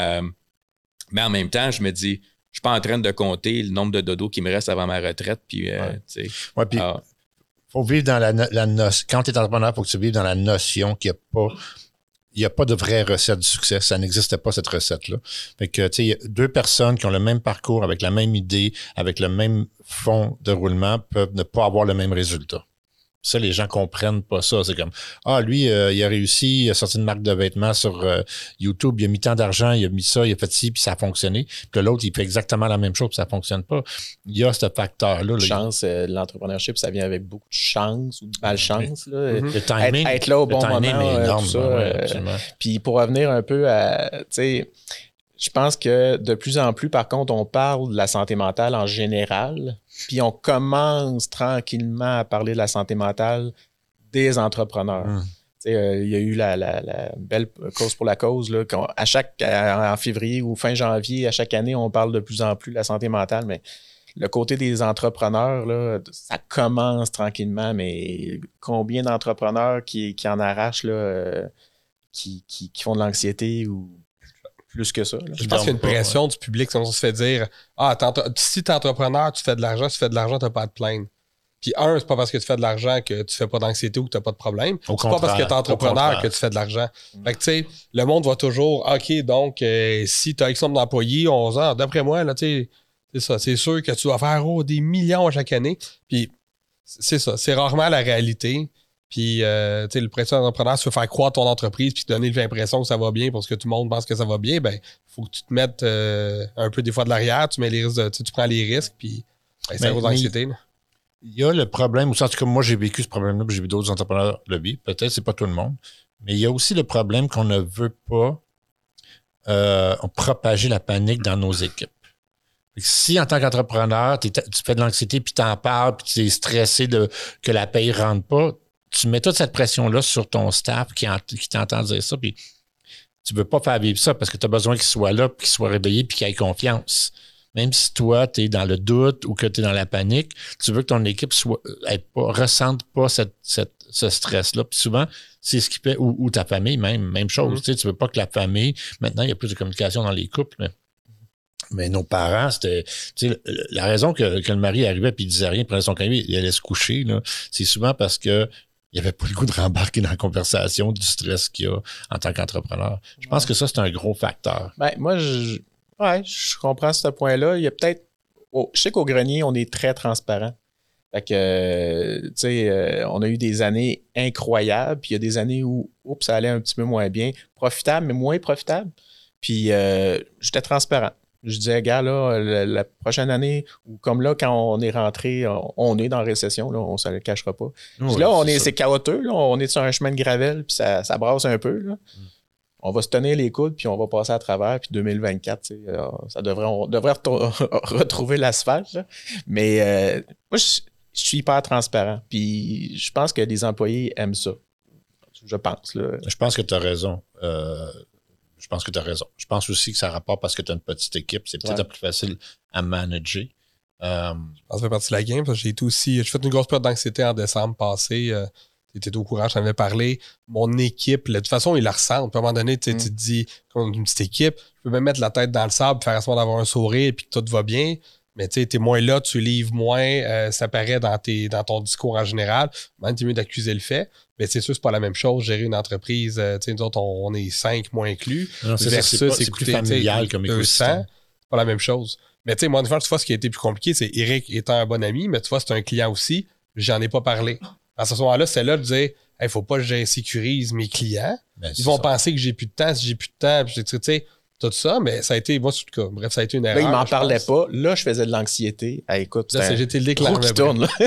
Mais en même temps, je me dis, je suis pas en train de compter le nombre de dodos qui me reste avant ma retraite, puis, tu sais. Puis, faut vivre dans la notion. Quand tu es entrepreneur, il faut que tu vives dans la notion qu'il n'y a pas de vraie recette du succès. Ça n'existe pas, cette recette-là. Fait que, tu sais, 2 personnes qui ont le même parcours, avec la même idée, avec le même fond de roulement, peuvent ne pas avoir le même résultat. Ça, les gens comprennent pas ça. C'est comme, lui, il a réussi, il a sorti une marque de vêtements sur YouTube, il a mis tant d'argent, il a mis ça, il a fait ci, puis ça a fonctionné. Puis l'autre, il fait exactement la même chose, puis ça fonctionne pas. Il y a ce facteur-là. Chance, l'entrepreneurship, ça vient avec beaucoup de chance ou de malchance. Là. Le timing. Être là au bon moment, est énorme, tout ça. Puis pour revenir un peu à, tu sais, je pense que de plus en plus, par contre, on parle de la santé mentale en général, puis on commence tranquillement à parler de la santé mentale des entrepreneurs. Il y a eu la belle cause pour la cause, là, en février ou fin janvier, à chaque année, on parle de plus en plus de la santé mentale, mais le côté des entrepreneurs, là, ça commence tranquillement, mais combien d'entrepreneurs qui en arrachent, là, qui font de l'anxiété ou plus que ça. Là. Je pense qu'il y a une pression du public. On se fait dire si tu es entrepreneur, tu fais de l'argent, tu n'as pas à te plaindre. Puis c'est pas parce que tu fais de l'argent que tu fais pas d'anxiété ou que tu n'as pas de problème. C'est pas parce que tu es entrepreneur que tu fais de l'argent. Fait que tu sais, le monde va toujours, OK, donc si tu as X nombre d'employés, d'après moi, là, tu sais, c'est ça. C'est sûr que tu vas faire des millions à chaque année. Puis c'est ça. C'est rarement la réalité. Puis, tu sais, le président d'entrepreneur, si tu veux faire croître ton entreprise puis te donner l'impression que ça va bien parce que tout le monde pense que ça va bien, ben, il faut que tu te mettes un peu des fois de l'arrière, tu mets les risques, tu prends les risques, puis ça vaut d'anxiété. Il y a le problème, en tout cas, moi, j'ai vécu ce problème-là, puis j'ai vu d'autres entrepreneurs le vivre. Peut-être, c'est pas tout le monde. Mais il y a aussi le problème qu'on ne veut pas propager la panique dans nos équipes. Si, en tant qu'entrepreneur, tu fais de l'anxiété, puis tu en parles, puis tu es stressé que la paye ne rentre pas, tu mets toute cette pression-là sur ton staff qui t'entend dire ça, puis tu ne veux pas faire vivre ça parce que tu as besoin qu'il soit là, puis qu'il soit réveillé, puis qu'il ait confiance. Même si toi, tu es dans le doute ou que tu es dans la panique, tu veux que ton équipe ressente pas ce stress-là. Puis souvent, c'est ce qui fait, ou ta famille même chose. Tu ne veux pas que la famille, maintenant, il y a plus de communication dans les couples, mais nos parents, c'était, la raison que le mari arrivait et il disait rien, il prenait son café, il allait se coucher, là, c'est souvent parce que il avait pas le goût de rembarquer dans la conversation du stress qu'il y a en tant qu'entrepreneur. Je pense que ça, c'est un gros facteur. Ben, moi, je comprends ce point-là. Il y a peut-être, je sais qu'au grenier, on est très transparent. Fait que, tu sais, on a eu des années incroyables, puis il y a des années où, ça allait un petit peu moins bien. Profitable, mais moins profitable. Puis, j'étais transparent. Je disais, gars, là, la prochaine année, ou comme là, quand on est rentré, on est dans la récession, là, on ne se le cachera pas. Oui, là, c'est chaotique, là, on est sur un chemin de gravelle, puis ça brasse un peu. Là. On va se tenir les coudes, puis on va passer à travers, puis 2024, on devrait retrouver l'asphalte. Là. Mais moi, je suis hyper transparent, puis je pense que les employés aiment ça. Je pense. Là. Je pense que tu as raison. Je pense que tu as raison. Je pense aussi que ça rapporte parce que tu as une petite équipe. C'est peut-être plus facile à manager. Je pense que ça fait partie de la game. Parce que j'ai fait une grosse période d'anxiété en décembre passé. Tu étais au courant, je t'en avais parlé. Mon équipe, de toute façon, ils la ressentent. Puis à un moment donné, tu te dis, comme une petite équipe, je peux même mettre la tête dans le sable, faire semblant d'avoir un sourire et que tout va bien. Mais tu es moins là, tu livres moins, ça paraît dans ton discours en général. Même tu es mieux d'accuser le fait. Mais c'est sûr, c'est pas la même chose, gérer une entreprise. Nous autres, on est 5 moins inclus. Non, c'est plus familial comme écosystème. C'est pas la même chose. Mais tu sais, moi, une fois, ce qui a été plus compliqué, c'est Eric étant un bon ami, mais tu vois, c'est un client aussi. J'en ai pas parlé. À ce moment-là, c'est là de dire, il faut pas que j'insécurise mes clients. Ils vont penser que j'ai plus de temps. Si j'ai plus de temps, tu sais, tout ça, mais ça a été, moi, en tout cas, bref, ça a été une erreur. Là, il m'en parlait pas. Là, je faisais de l'anxiété. Écoute, j'étais le déclaré qui tourne, là.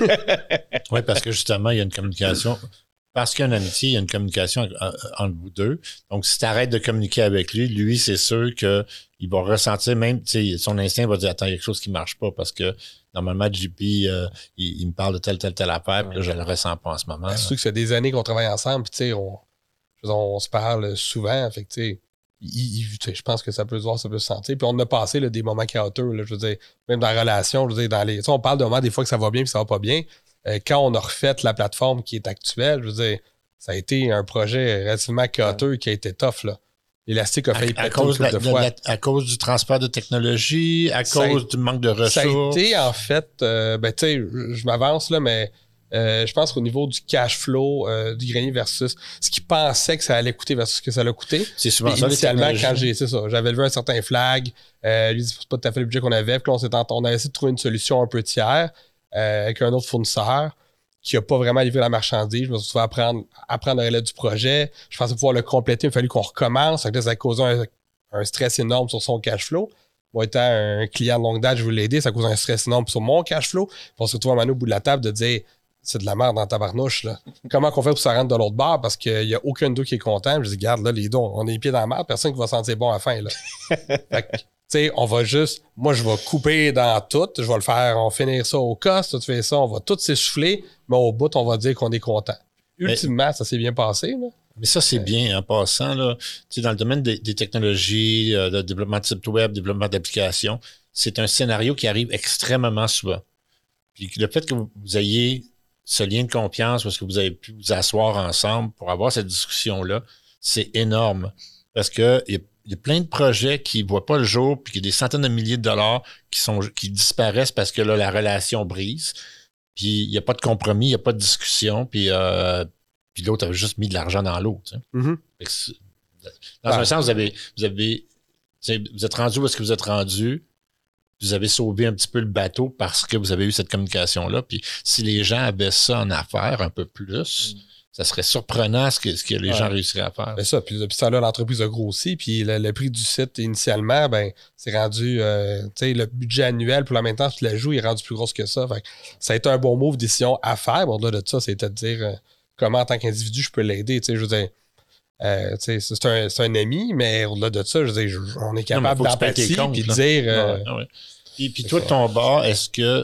Oui, parce que justement, il y a une communication. Parce qu'il y a une amitié, il y a une communication entre vous deux. Donc, si tu arrêtes de communiquer avec lui, c'est sûr qu'il va ressentir même, son instinct va dire, attends, il y a quelque chose qui ne marche pas parce que normalement, JP, il me parle de telle affaire, puis là, je ne le ressens pas en ce moment. Surtout que c'est des années qu'on travaille ensemble, puis tu sais, on se parle souvent, fait que tu sais, je pense que ça peut se voir, ça peut se sentir. Puis on a passé des moments chaotiques, je veux dire, même dans la relation, je veux dire, on parle de moments des fois que ça va bien puis ça va pas bien. Quand on a refait la plateforme qui est actuelle, je veux dire, ça a été un projet relativement chaotique qui a été tough, là. L'élastique a failli péter une couple de fois. À cause du transfert de technologie, à cause du manque de ressources. Ça a été, en fait, tu sais, je m'avance, là, mais je pense qu'au niveau du cash flow du grenier versus ce qu'ils pensaient que ça allait coûter versus ce que ça l'a coûté. C'est souvent ça, initialement, quand j'avais levé un certain flag, lui, c'est pas tout à fait le budget qu'on avait, puis là, on a essayé de trouver une solution un peu tiers avec un autre fournisseur qui n'a pas vraiment livré la marchandise. Je me suis retrouvé à prendre le relais du projet. Je pensais pouvoir le compléter, il a fallu qu'on recommence. Donc là, ça a causé un stress énorme sur son cash flow. Moi, étant un client de longue date, je voulais l'aider, ça cause un stress énorme sur mon cash flow. Puis on se retrouve à Manu au bout de la table de dire c'est de la merde dans ta barnouche. Là. Comment qu'on fait pour que ça rentre de l'autre bord? Parce qu'il n'y a aucun d'eux qui est content. Je dis, garde, là, les deux, on est les pieds dans la merde, personne qui va sentir bon à la fin. Là. Fait que, tu sais, on va juste, moi, je vais couper dans tout, je vais le faire, on va finir ça au cost, tu fais ça, on va tout s'essouffler, mais au bout, on va dire qu'on est content. Ultimement, ça s'est bien passé, là. Mais ça, c'est bien en passant, là. Tu sais, dans le domaine des technologies, le développement de sites web, développement d'applications, c'est un scénario qui arrive extrêmement souvent. Puis le fait que vous ayez ce lien de confiance parce que vous avez pu vous asseoir ensemble pour avoir cette discussion-là, c'est énorme. Parce que il y a plein de projets qui ne voient pas le jour, puis qu'il y a des centaines de milliers de dollars qui disparaissent parce que là, la relation brise. puis il n'y a pas de compromis, il n'y a pas de discussion, puis l'autre a juste mis de l'argent dans l'eau. Dans un sens, vous êtes rendu où est-ce que vous êtes rendu, vous avez sauvé un petit peu le bateau parce que vous avez eu cette communication-là. Puis si les gens avaient ça en affaires un peu plus, ça serait surprenant ce que les gens réussiraient à faire. C'est ça. Puis depuis ça, là, l'entreprise a grossi. Puis le prix du site, initialement, c'est rendu... le budget annuel pour la maintenance de l'ajout est rendu plus gros que ça. Fait que ça a été un bon move, décision à faire. Bon, au-delà de ça, c'était de dire comment, en tant qu'individu, je peux l'aider. Je veux dire... c'est un ami, mais au-delà de ça, je veux dire, on est capable d'empathie puis de dire... Puis toi, de ton bord, est-ce que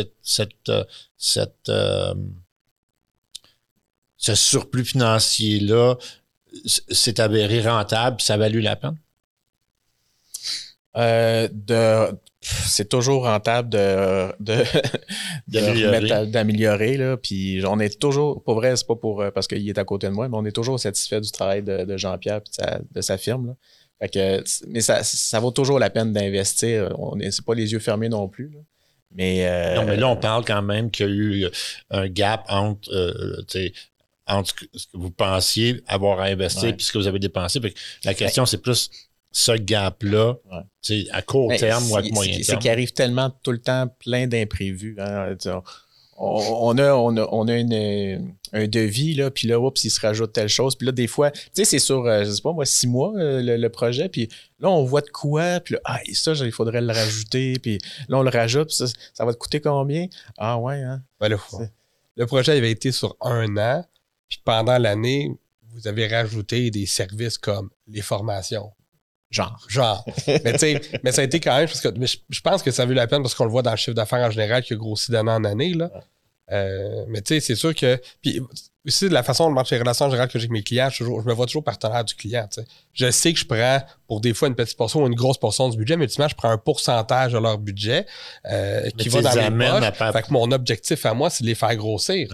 ce surplus financier-là s'est avéré rentable et ça a valu la peine? C'est toujours rentable d'améliorer. Là, puis on est toujours, pour vrai, c'est pas parce qu'il est à côté de moi, mais on est toujours satisfait du travail de Jean-Pierre et de sa firme. Là. Fait que, mais ça vaut toujours la peine d'investir. C'est pas les yeux fermés non plus. Là. Non, mais là, on parle quand même qu'il y a eu un gap entre ce que vous pensiez avoir à investir et ce que vous avez dépensé. La question, c'est plus ce gap-là, à court terme ou à moyen terme. C'est qu'il arrive tellement tout le temps plein d'imprévus. Hein. On a un devis, là, puis là, oups, il se rajoute telle chose. Puis là, des fois, tu sais, c'est sur, je sais pas moi, 6 mois, le projet. Puis là, on voit de quoi. Puis là, ça, il faudrait le rajouter. Puis là, on le rajoute. Puis ça va te coûter combien? Ah ouais, hein? Le projet avait été sur 1 an. Puis pendant l'année, vous avez rajouté des services comme les formations. Genre. Mais ça a été quand même, parce que je pense que ça vaut la peine parce qu'on le voit dans le chiffre d'affaires en général qui a grossi d'année en année. Là. Mais tu sais, c'est sûr que. Puis aussi, de la façon dont marche les relations en général que j'ai avec mes clients, je me vois toujours partenaire du client. T'sais. Je sais que je prends pour des fois une petite portion ou une grosse portion du budget, mais ultimement, je prends un pourcentage de leur budget qui va dans mes poches. Fait que mon objectif à moi, c'est de les faire grossir.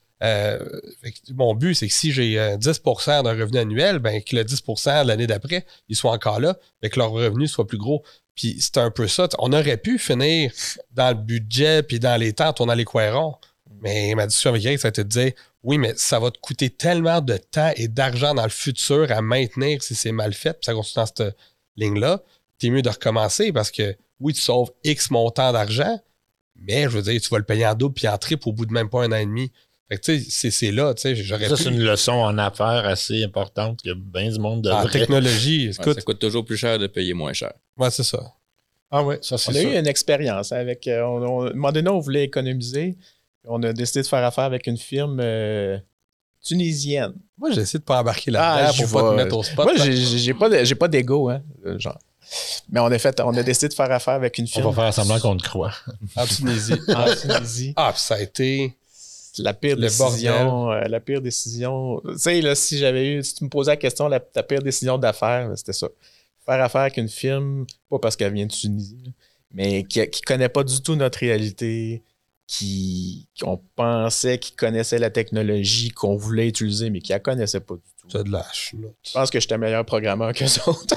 Mon but, c'est que si j'ai 10% d'un revenu annuel, que le 10% de l'année d'après, il soit encore là, mais que leur revenu soit plus gros. Puis c'est un peu ça. On aurait pu finir dans le budget puis dans les temps, tournant les coirons. Mais ma discussion avec Greg, ça a été de dire oui, mais ça va te coûter tellement de temps et d'argent dans le futur à maintenir si c'est mal fait, puis ça continue dans cette ligne-là. T'es mieux de recommencer parce que oui, tu sauves X montant d'argent, mais je veux dire, tu vas le payer en double puis en triple au bout de même pas 1 an et demi. Fait que tu sais, c'est là, tu sais, j'aurais pu... Ça, c'est une leçon en affaires assez importante que bien du monde devrait... En technologie, écoute... ça coûte toujours plus cher de payer moins cher. Ouais, c'est ça. Ah ouais, ça, c'est ça. On a eu une expérience avec... à un moment donné, on voulait économiser. On a décidé de faire affaire avec une firme tunisienne. Moi, j'ai essayé de pas embarquer là-dedans pour pas te mettre au spot. Moi, j'ai pas d'ego, hein, genre. Mais on a décidé de faire affaire avec une firme... On va faire semblant qu'on te croit. En Tunisie. Ah, puis ça a été... La pire décision. Tu sais, là, si tu me posais la question, ta pire décision d'affaires, c'était ça. Faire affaire avec une firme, pas parce qu'elle vient de Tunisie, mais qui connaît pas du tout notre réalité, qu'on pensait qu'ils connaissaient la technologie qu'on voulait utiliser, mais qui la connaissait pas du tout. C'est de lâche. Je pense que j'étais meilleur programmeur qu'eux autres.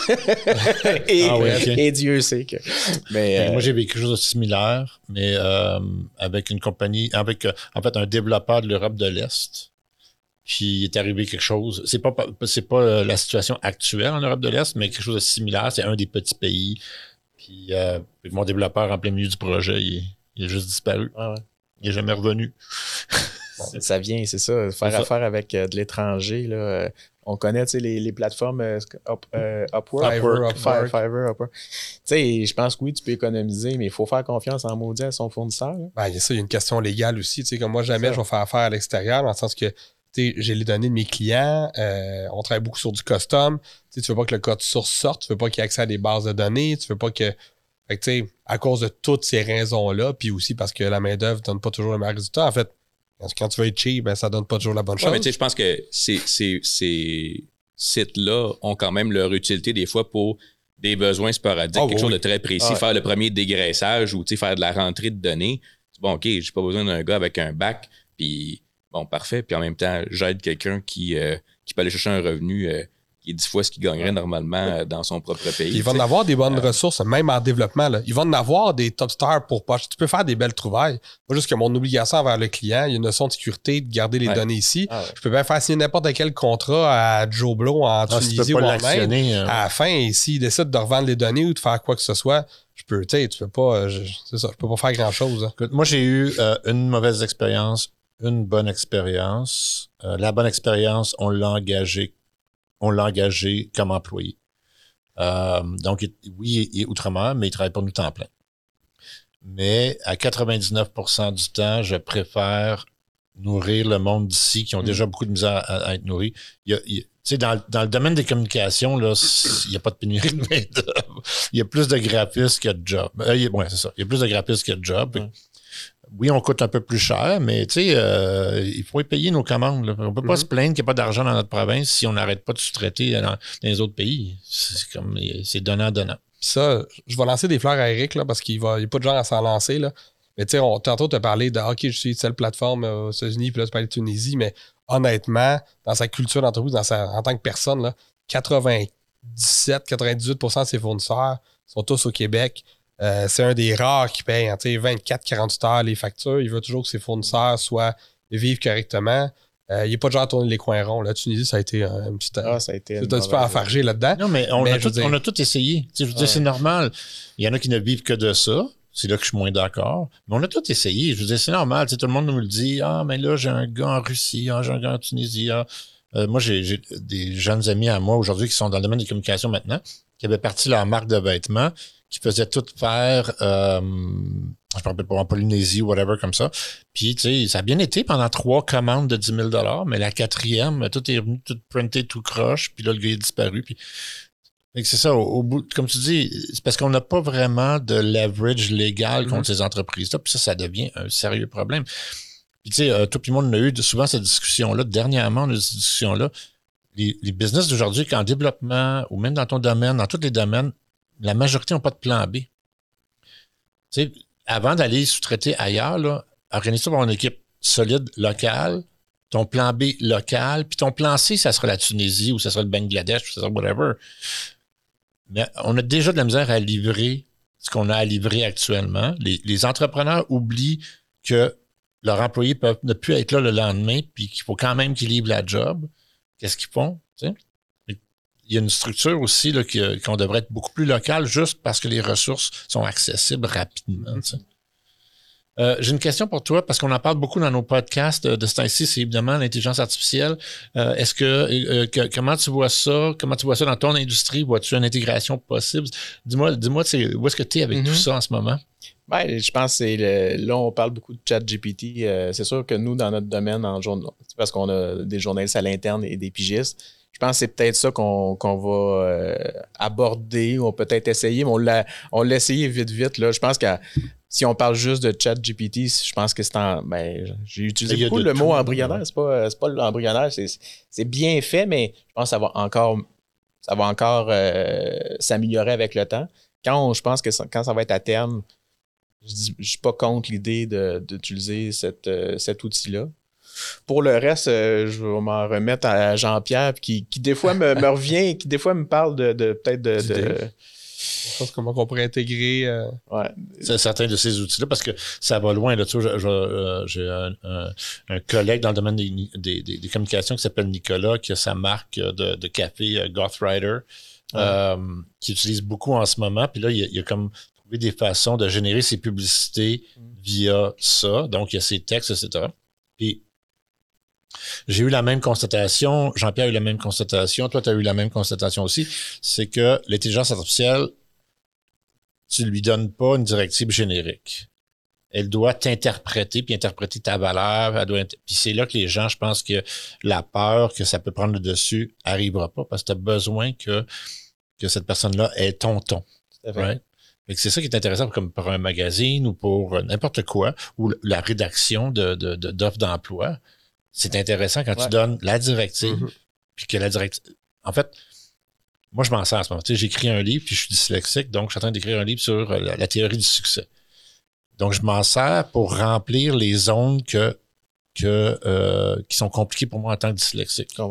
et Dieu sait que. Mais, moi, j'ai vécu quelque chose de similaire, mais avec une compagnie, avec en fait un développeur de l'Europe de l'Est. Puis il est arrivé quelque chose. C'est pas la situation actuelle en Europe de l'Est, mais quelque chose de similaire. C'est un des petits pays. Puis mon développeur, en plein milieu du projet, il a juste disparu. Ah ouais. Il n'est jamais revenu. Ça vient, c'est ça. Faire affaire avec de l'étranger. Là, on connaît les plateformes Upwork. Fiverr. Tu sais, je pense que oui, tu peux économiser, mais il faut faire confiance en maudit à son fournisseur. Il y a une question légale aussi. Comme moi, jamais je vais faire affaire à l'extérieur, dans le sens que j'ai les données de mes clients. On travaille beaucoup sur du custom. Tu veux pas que le code source sorte. Tu veux pas qu'il y ait accès à des bases de données. Tu veux pas que... Fait que, à cause de toutes ces raisons-là, puis aussi parce que la main-d'œuvre donne pas toujours le meilleur résultat, en fait, quand tu veux être cheap, ça donne pas toujours la bonne chose. Mais je pense que ces sites-là ont quand même leur utilité des fois pour des besoins sporadiques, quelque chose de très précis, faire le premier dégraissage ou faire de la rentrée de données. Bon, OK, j'ai pas besoin d'un gars avec un bac, puis bon, parfait. Puis en même temps, j'aide quelqu'un qui peut aller chercher un revenu qui est 10 fois ce qu'il gagnerait normalement dans son propre pays. Ils vont en avoir des bonnes ressources, même en développement. Là. Ils vont en avoir des top stars pour poche. Tu peux faire des belles trouvailles. Moi, juste que mon obligation envers le client, il y a une notion de sécurité de garder les données ici. Je peux bien faire signer n'importe quel contrat à Joe Blow en Tunisie ou en Inde. À la fin, s'il décide de revendre les données ou de faire quoi que ce soit, tu peux pas faire grand-chose. Hein. Écoute, moi, j'ai eu une mauvaise expérience, une bonne expérience. La bonne expérience, on l'a engagé comme employé. Donc, oui, il est outre-mer, mais il travaille pour nous temps plein. Mais à 99% du temps, je préfère nourrir le monde d'ici qui ont déjà beaucoup de misère à être nourris. Tu sais, dans le domaine des communications, là, il n'y a pas de pénurie de main-d'œuvre. Il y a plus de graphistes que de jobs. Oui, c'est ça. Il y a plus de graphistes que de jobs. Oui, on coûte un peu plus cher, mais tu sais, il faut y payer nos commandes. Là. On ne peut pas se plaindre qu'il n'y a pas d'argent dans notre province si on n'arrête pas de sous-traiter dans les autres pays. C'est donnant-donnant. Ça, je vais lancer des fleurs à Eric là, parce qu'il n'y a pas de genre à s'en lancer. Là. Mais tu sais, tantôt, tu as parlé de OK, je suis telle plateforme aux États-Unis, puis là, tu parles de Tunisie, mais honnêtement, dans sa culture d'entreprise, en tant que personne, là, 97-98% de ses fournisseurs sont tous au Québec. C'est un des rares qui paye 24-48 heures les factures. Il veut toujours que ses fournisseurs vivent correctement. Il n'est pas de genre à tourner les coins ronds. La Tunisie, ça a été un petit temps. Ça a été un petit peu enfargé là-dedans. Non, mais on a tout essayé. Je veux dire, c'est normal. Il y en a qui ne vivent que de ça. C'est là que je suis moins d'accord. Mais on a tout essayé. Je veux dire, c'est normal. Tout le monde nous le dit. Ah, mais là, j'ai un gars en Russie. Ah, j'ai un gars en Tunisie. Moi, j'ai des jeunes amis à moi aujourd'hui qui sont dans le domaine des communications maintenant, qui avaient parti leur marque de vêtements, qui faisaient tout faire, je me rappelle pas, en Polynésie ou whatever comme ça. Puis, tu sais, ça a bien été pendant 3 commandes de 10 000 mais la 4e, tout est revenu, tout printé, tout croche, puis là, le gars est disparu. Puis, c'est ça, au bout, comme tu dis, c'est parce qu'on n'a pas vraiment de leverage légal contre ces entreprises-là, puis ça devient un sérieux problème. Puis, tu sais, tout le monde on a eu souvent cette discussion-là. Dernièrement, on a eu cette discussion-là. Les business d'aujourd'hui, qu'en développement, ou même dans ton domaine, dans tous les domaines, la majorité n'ont pas de plan B. Tu sais, avant d'aller sous-traiter ailleurs, là, organise-toi pour une équipe solide, locale, ton plan B local, puis ton plan C, ça sera la Tunisie, ou ça sera le Bangladesh, ou ça sera whatever. Mais on a déjà de la misère à livrer ce qu'on a à livrer actuellement. Les entrepreneurs oublient que leurs employés peuvent ne plus être là le lendemain, puis qu'il faut quand même qu'ils livrent la job. Qu'est-ce qu'ils font? Tu sais? Il y a une structure aussi là, qu'on devrait être beaucoup plus locale juste parce que les ressources sont accessibles rapidement. Tu sais. J'ai une question pour toi, parce qu'on en parle beaucoup dans nos podcasts de ce temps-ci, c'est évidemment l'intelligence artificielle. Est-ce comment tu vois ça? Comment tu vois ça dans ton industrie? Vois-tu une intégration possible? Dis-moi où est-ce que tu es avec tout ça en ce moment? Ben, je pense que là, on parle beaucoup de ChatGPT. C'est sûr que nous, dans notre domaine, parce qu'on a des journalistes à l'interne et des pigistes, je pense que c'est peut-être ça qu'on va aborder, ou peut-être essayer, mais on l'a essayé vite. Là. Je pense que si on parle juste de ChatGPT, je pense que j'ai utilisé beaucoup le mot embryonnaire. C'est pas l'embryonnaire, c'est bien fait, mais je pense que ça va encore s'améliorer avec le temps. Je pense que quand ça va être à terme, je ne suis pas contre l'idée d'utiliser cet outil-là. Pour le reste, je vais m'en remettre à Jean-Pierre qui des fois me revient, qui des fois me parle peut-être de je pense comment on pourrait intégrer certains de ces outils-là, parce que ça va loin. Là, tu sais, j'ai un collègue dans le domaine des communications qui s'appelle Nicolas, qui a sa marque de café Ghostwriter, qui utilise beaucoup en ce moment. Puis là, il a comme trouvé des façons de générer ses publicités via ça. Donc, il y a ses textes, etc. Puis, j'ai eu la même constatation, Jean-Pierre a eu la même constatation, toi, tu as eu la même constatation aussi, c'est que l'intelligence artificielle, tu lui donnes pas une directive générique. Elle doit t'interpréter, puis interpréter ta valeur. Puis c'est là que les gens, je pense que la peur que ça peut prendre le dessus arrivera pas, parce que tu as besoin que cette personne-là ait ton ton. Right? C'est ça qui est intéressant comme pour un magazine ou pour n'importe quoi, ou la rédaction d'offres d'emploi. C'est intéressant quand tu donnes la directive, puis que la directive... En fait, moi, je m'en sers en ce moment. Tu sais, j'écris un livre, puis je suis dyslexique, donc je suis en train d'écrire un livre sur la théorie du succès. Donc, je m'en sers pour remplir les zones qui sont compliquées pour moi en tant que dyslexique.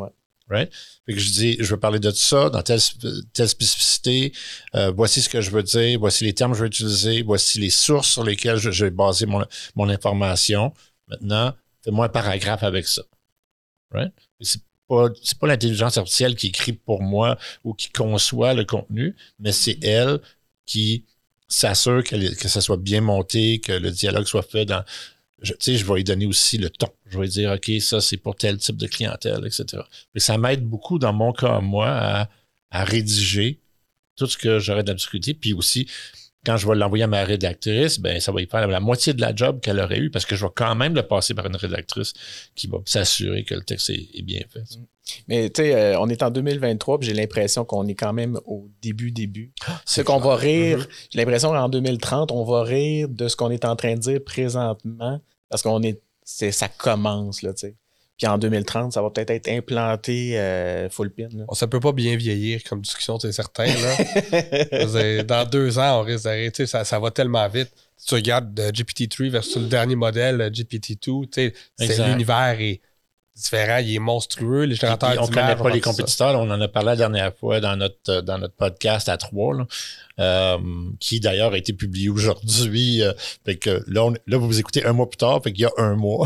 Right? Fait que je dis, je veux parler de ça dans telle spécificité. Voici ce que je veux dire. Voici les termes que je veux utiliser. Voici les sources sur lesquelles je vais baser mon information. Maintenant, fais-moi un paragraphe avec ça. Right? C'est pas l'intelligence artificielle qui écrit pour moi ou qui conçoit le contenu, mais c'est elle qui s'assure que ça soit bien monté, que le dialogue soit fait dans... Je vais lui donner aussi le ton. Je vais lui dire, OK, ça, c'est pour tel type de clientèle, etc. Mais ça m'aide beaucoup, dans mon cas, moi, à rédiger tout ce que j'aurais de la difficulté. Puis aussi, quand je vais l'envoyer à ma rédactrice, ben ça va y faire la moitié de la job qu'elle aurait eu parce que je vais quand même le passer par une rédactrice qui va s'assurer que le texte est bien fait. Mais tu sais, on est en 2023 puis j'ai l'impression qu'on est quand même au début. C'est qu'on va rire. J'ai l'impression qu'en 2030, on va rire de ce qu'on est en train de dire présentement parce qu'on ça commence, là, tu sais. Puis en 2030, ça va peut-être être implanté full pin. Là. Ça peut pas bien vieillir comme discussion, c'est certain. Là. Dans 2 ans, on risque d'arrêter. Ça va tellement vite. Si tu regardes GPT-3 versus le dernier modèle, GPT-2, l'univers est différent, il est monstrueux. Les générateurs on ne connaît pas les compétiteurs. On en a parlé la dernière fois dans notre podcast à 3, qui d'ailleurs a été publié aujourd'hui. Fait que là, vous vous écoutez 1 mois plus tard, fait qu'il y a 1 mois.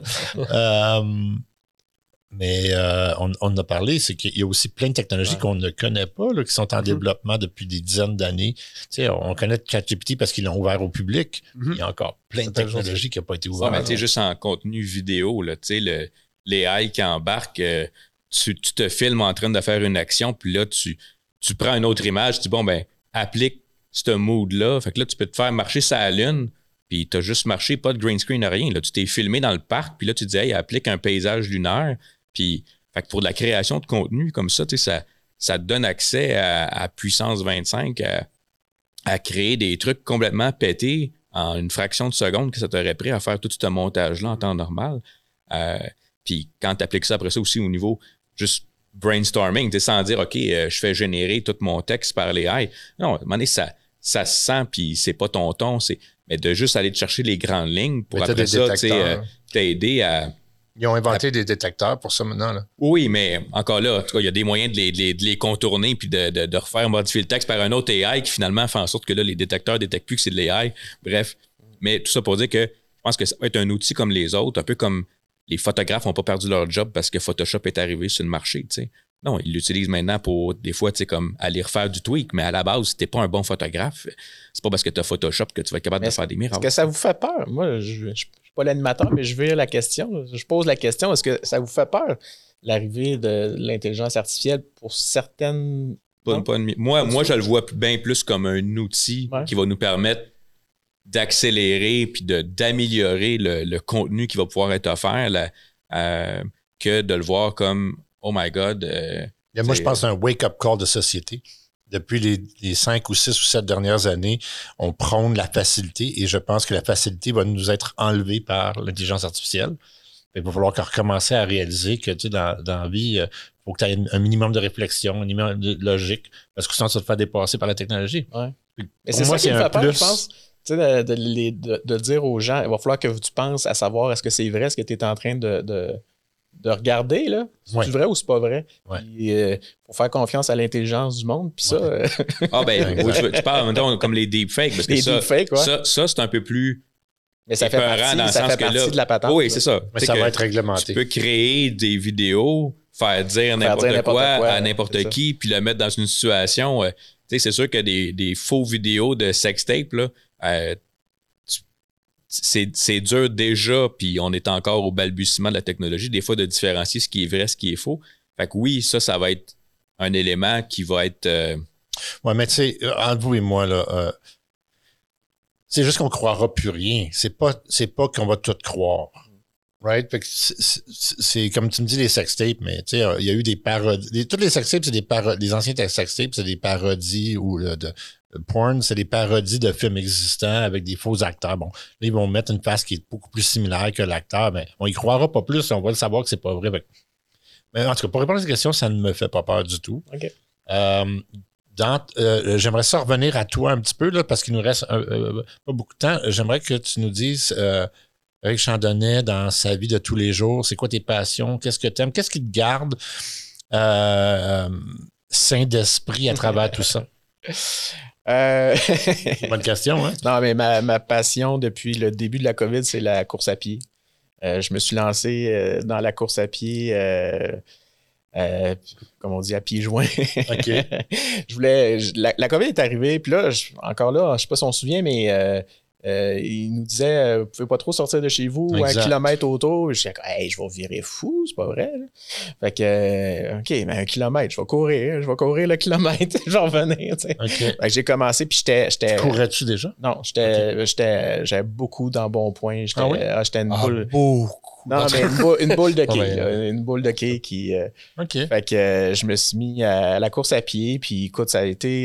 Mais on en a parlé, c'est qu'il y a aussi plein de technologies qu'on ne connaît pas, là, qui sont en développement depuis des dizaines d'années. Tu sais, on connaît ChatGPT parce qu'ils l'ont ouvert au public. Il y a encore plein de technologies qui n'ont pas été ouvertes. Mais tu sais, juste en contenu vidéo, là, tu sais, les AI qui embarquent, tu te filmes en train de faire une action, puis là, tu prends une autre image, tu dis, bon, ben, applique ce mood-là. Fait que là, tu peux te faire marcher sur la lune, puis tu as juste marché, pas de green screen, rien. Là, tu t'es filmé dans le parc, puis là, tu dis, hey, applique un paysage lunaire. Puis, fait que pour de la création de contenu comme ça, tu sais, ça te donne accès à puissance 25, à créer des trucs complètement pétés en une fraction de seconde que ça t'aurait pris à faire tout ce montage-là en temps normal. Puis quand tu appliques ça après ça aussi au niveau juste brainstorming, sans dire, OK, je fais générer tout mon texte par les AI. Non, à un moment donné, ça se sent, puis c'est pas ton ton, mais de juste aller te chercher les grandes lignes pour après ça, t'aider à... Ils ont inventé des détecteurs pour ça maintenant. Là. Oui, mais encore là, en tout cas, il y a des moyens de les contourner puis de refaire modifier le texte par un autre AI qui finalement fait en sorte que là, les détecteurs ne détectent plus que c'est de l'AI. Bref, mais tout ça pour dire que je pense que ça va être un outil comme les autres, un peu comme les photographes n'ont pas perdu leur job parce que Photoshop est arrivé sur le marché. T'sais. Non, ils l'utilisent maintenant pour des fois comme aller refaire du tweak, mais à la base, si tu n'es pas un bon photographe, c'est pas parce que tu as Photoshop que tu vas être capable de faire des miracles. Est-ce que ça vous fait peur? Moi, je ne suis pas l'animateur, mais je veux la question. Je pose la question, est-ce que ça vous fait peur, l'arrivée de l'intelligence artificielle pour certaines... Moi, je le vois bien plus comme un outil qui va nous permettre d'accélérer puis d'améliorer le contenu qui va pouvoir être offert que de le voir comme « Oh my God! » Moi, je pense que c'est un wake-up call de société. Depuis les 5 ou 6 ou 7 dernières années, on prône la facilité et je pense que la facilité va nous être enlevée par l'intelligence artificielle. Il va falloir recommencer à réaliser que dans la vie, il faut que tu aies un minimum de réflexion, un minimum de logique, parce que sinon, ça te fait dépasser par la technologie. Ouais. Mais c'est ça qui me fait peur, je pense. Tu sais, de dire aux gens, il va falloir que tu penses à savoir est-ce que c'est vrai, ce que tu es en train de regarder, là. C'est vrai ou c'est pas vrai? Il faut faire confiance à l'intelligence du monde, puis ça... tu parles en même temps comme les deepfakes, parce que ça, c'est un peu plus... Mais ça fait partie de la patente. Oui, c'est ça. Mais ça va être réglementé. Tu peux créer des vidéos, faire dire n'importe quoi à n'importe qui, puis le mettre dans une situation... tu sais, c'est sûr que des faux vidéos de sextape, là, c'est dur déjà, puis on est encore au balbutiement de la technologie, des fois de différencier ce qui est vrai, ce qui est faux. Fait que oui, ça va être un élément qui va être... Ouais, mais tu sais, entre vous et moi, là, c'est juste qu'on ne croira plus rien. C'est pas qu'on va tout croire. Right? Fait que c'est comme tu me dis les sextapes, mais tu sais, il y a eu des parodies. Toutes les sextapes, c'est des parodies. Les anciens sextapes, c'est des parodies ou de porn, c'est des parodies de films existants avec des faux acteurs. Bon, là, ils vont mettre une face qui est beaucoup plus similaire que l'acteur, mais on y croira pas plus, on va le savoir que c'est pas vrai. Mais en tout cas, pour répondre à cette question, ça ne me fait pas peur du tout. OK. J'aimerais ça revenir à toi un petit peu, là, parce qu'il nous reste pas beaucoup de temps. J'aimerais que tu nous dises, Éric Chandonnet, dans sa vie de tous les jours, c'est quoi tes passions? Qu'est-ce que tu aimes? Qu'est-ce qui te garde sain d'esprit à travers tout ça? Bonne question, hein? Non, mais ma passion depuis le début de la COVID, c'est la course à pied. Je me suis lancé dans la course à pied, comme on dit, à pieds joints. OK. La COVID est arrivée, puis là, encore là, je ne sais pas si on se souvient, mais il nous disait vous ne pouvez pas trop sortir de chez vous, exact. 1 kilomètre autour. Je disais hey, je vais virer fou, c'est pas vrai. Là. Fait que OK, mais 1 kilomètre, je vais courir le kilomètre, je vais revenir. Tu sais. Okay. Fait que j'ai commencé, puis j'étais. Tu courais-tu déjà? Non, j'avais beaucoup d'embonpoint. J'étais une boule. Beaucoup. Non, mais une boule de quai. Une boule de quai qui. OK. Fait que je me suis mis à la course à pied, puis écoute, ça a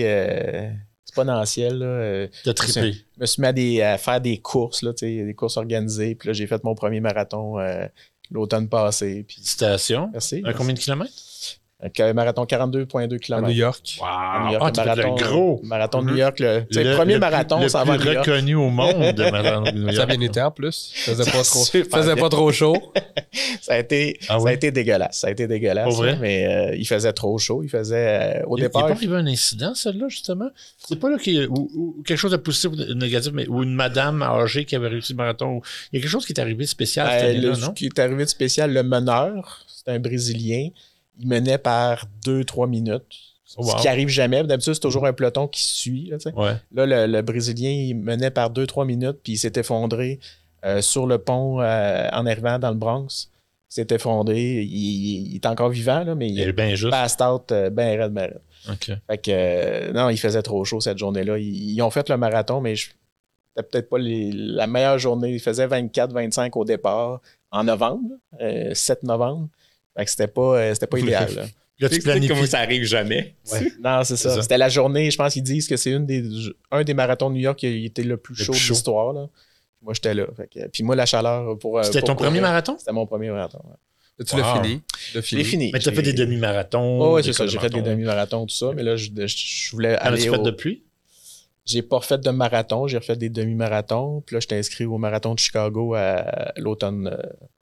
été exponentiel. T'as trippé. Je me suis mis à faire des courses, là, des courses organisées. Puis là, j'ai fait mon premier marathon l'automne passé. Puis... Félicitations. Merci. Combien de kilomètres? Marathon 42,2 km. À New York. Wow! À New York, le gros. Marathon de New York. Le premier marathon, ça va le plus reconnu au monde de Marathon de New York. Ça a bien été en plus. Ça faisait pas trop chaud. Ça a été dégueulasse. Ça a été dégueulasse. Pour vrai? Mais il faisait trop chaud. Il faisait au départ. Il n'est pas arrivé un incident, celle-là, justement? C'est pas là où quelque chose de positif ou de négatif, mais où une madame âgée qui avait réussi le marathon. Il y a quelque chose qui est arrivé de spécial cette année-là, non? Ce qui est arrivé de spécial, le meneur, c'est un Brésilien. Il menait par 2-3 minutes. Ce qui arrive jamais. D'habitude, c'est toujours un peloton qui suit. Là, le Brésilien, il menait par 2-3 minutes, puis il s'est effondré sur le pont en arrivant dans le Bronx. Il s'est effondré. Il est encore vivant, là, mais il est bien juste. Passed out, bien raide. OK. Fait que, non, il faisait trop chaud cette journée-là. Ils ont fait le marathon, mais c'était peut-être pas la meilleure journée. Il faisait 24-25 au départ, en novembre, 7 novembre. Fait que c'était pas idéal. Là, tu planifies. Comment ça arrive jamais. Ouais. Non, c'est ça. C'était la journée, je pense qu'ils disent que c'est un des marathons de New York qui a été le plus chaud de l'histoire. Là. Moi, j'étais là. Puis moi, la chaleur pour. C'était ton premier marathon? C'était mon premier marathon. Ouais. Tu l'as fini. Je l'ai fini. Mais tu as fait des demi-marathons. Oui, c'est ça. J'ai fait des demi-marathons, tout ça. Mais là, je voulais aller. Qu'est-ce que tu fait depuis? J'ai pas refait de marathon. J'ai refait des demi-marathons. Puis là, j'étais inscrit au marathon de Chicago à l'automne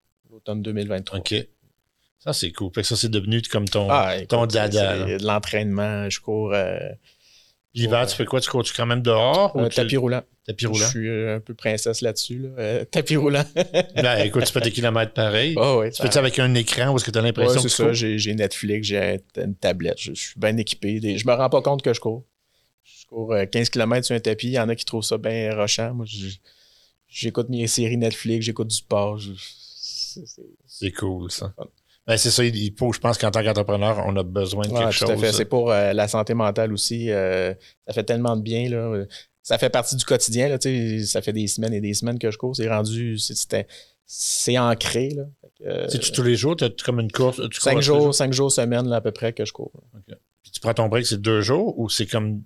2023. OK. Ça, c'est cool. Fait que ça, c'est devenu comme ton dada. C'est de l'entraînement. Je cours. L'hiver, tu fais quoi? Tu cours-tu quand même dehors? Tapis roulant. Tapis roulant. Je suis un peu princesse là-dessus. Là. Tapis roulant. Là, écoute, tu fais des kilomètres pareils. Oh, ouais, tu fais ça avec un écran ou est-ce que tu as l'impression que c'est ça. J'ai Netflix, j'ai une tablette. Je suis bien équipé. Je me rends pas compte que je cours. Je cours 15 km sur un tapis. Il y en a qui trouvent ça bien rochant. Moi, j'écoute mes séries Netflix, j'écoute du sport. C'est cool, ça. Ben, c'est ça, il faut, je pense qu'en tant qu'entrepreneur, on a besoin de quelque chose. Tout à fait. C'est pour la santé mentale aussi. Ça fait tellement de bien. Là. Ça fait partie du quotidien. Là, ça fait des semaines et des semaines que je cours. C'est rendu. C'est ancré. Là. C'est-tu tous les jours? Tu as comme une course? 5 jours semaine là, à peu près que je cours. Okay. Puis tu prends ton break, c'est 2 jours ou c'est comme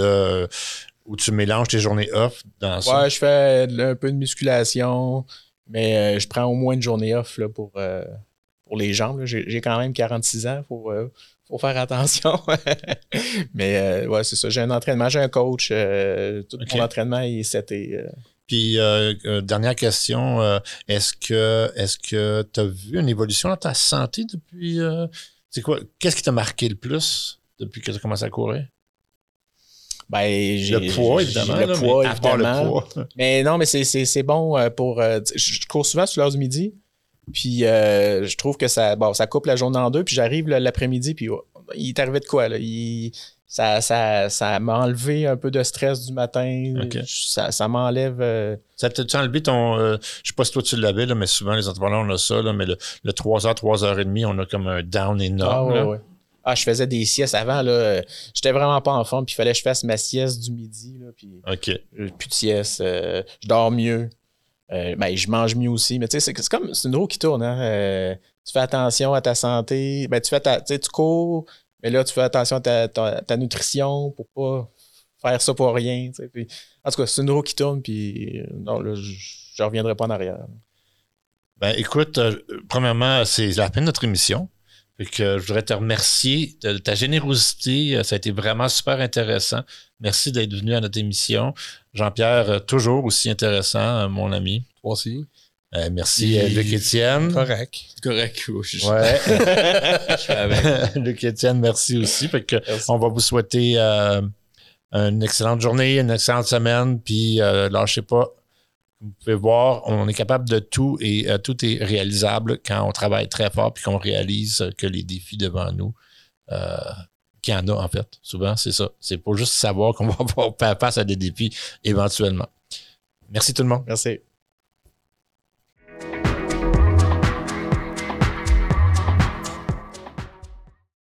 où tu mélanges tes journées off dans ça? Ouais, je fais un peu de musculation, mais je prends au moins une journée off là, pour les jambes. Là. J'ai quand même 46 ans, faut faire attention. Mais ouais, c'est ça. J'ai un entraînement, j'ai un coach. Tout mon entraînement est seté. Puis, dernière question, est-ce que tu as vu une évolution dans ta santé depuis... c'est quoi? Qu'est-ce qui t'a marqué le plus depuis que tu as commencé à courir? Ben, le poids, évidemment. Le poids. Mais non, mais c'est bon pour... je cours souvent sur l'heure du midi. Puis je trouve que ça coupe la journée en deux. Puis j'arrive l'après-midi, puis il est arrivé de quoi? Là? Ça m'a enlevé un peu de stress du matin. Okay. Ça m'enlève... Ça t'a-tu enlevé ton... je sais pas si toi tu l'avais, là, mais souvent les entrepreneurs, on a ça, là, mais le 3h, 3h30, on a comme un down énorme. Ouais. Je faisais des siestes avant. Là, j'étais vraiment pas en forme, puis il fallait que je fasse ma sieste du midi. Là, puis plus de sieste. Je dors mieux. Je mange mieux aussi. Mais tu sais, c'est une roue qui tourne. Hein? Tu fais attention à ta santé. Ben, tu cours, mais là, tu fais attention à ta nutrition pour pas faire ça pour rien. Puis, en tout cas, c'est une roue qui tourne, puis non, là, je reviendrai pas en arrière. Ben, écoute, premièrement, c'est la fin de notre émission. Fait que je voudrais te remercier de ta générosité. Ça a été vraiment super intéressant. Merci d'être venu à notre émission. Jean-Pierre, toujours aussi intéressant, mon ami. Toi aussi. Merci Luc-Étienne. Correct. Ouais. Luc-Étienne, merci aussi. Fait que on va vous souhaiter une excellente journée, une excellente semaine, puis lâchez pas. Vous pouvez voir, on est capable de tout et tout est réalisable quand on travaille très fort puis qu'on réalise que les défis devant nous, qu'il y en a en fait. Souvent, c'est ça. C'est pour juste savoir qu'on va faire face à des défis éventuellement. Merci tout le monde. Merci.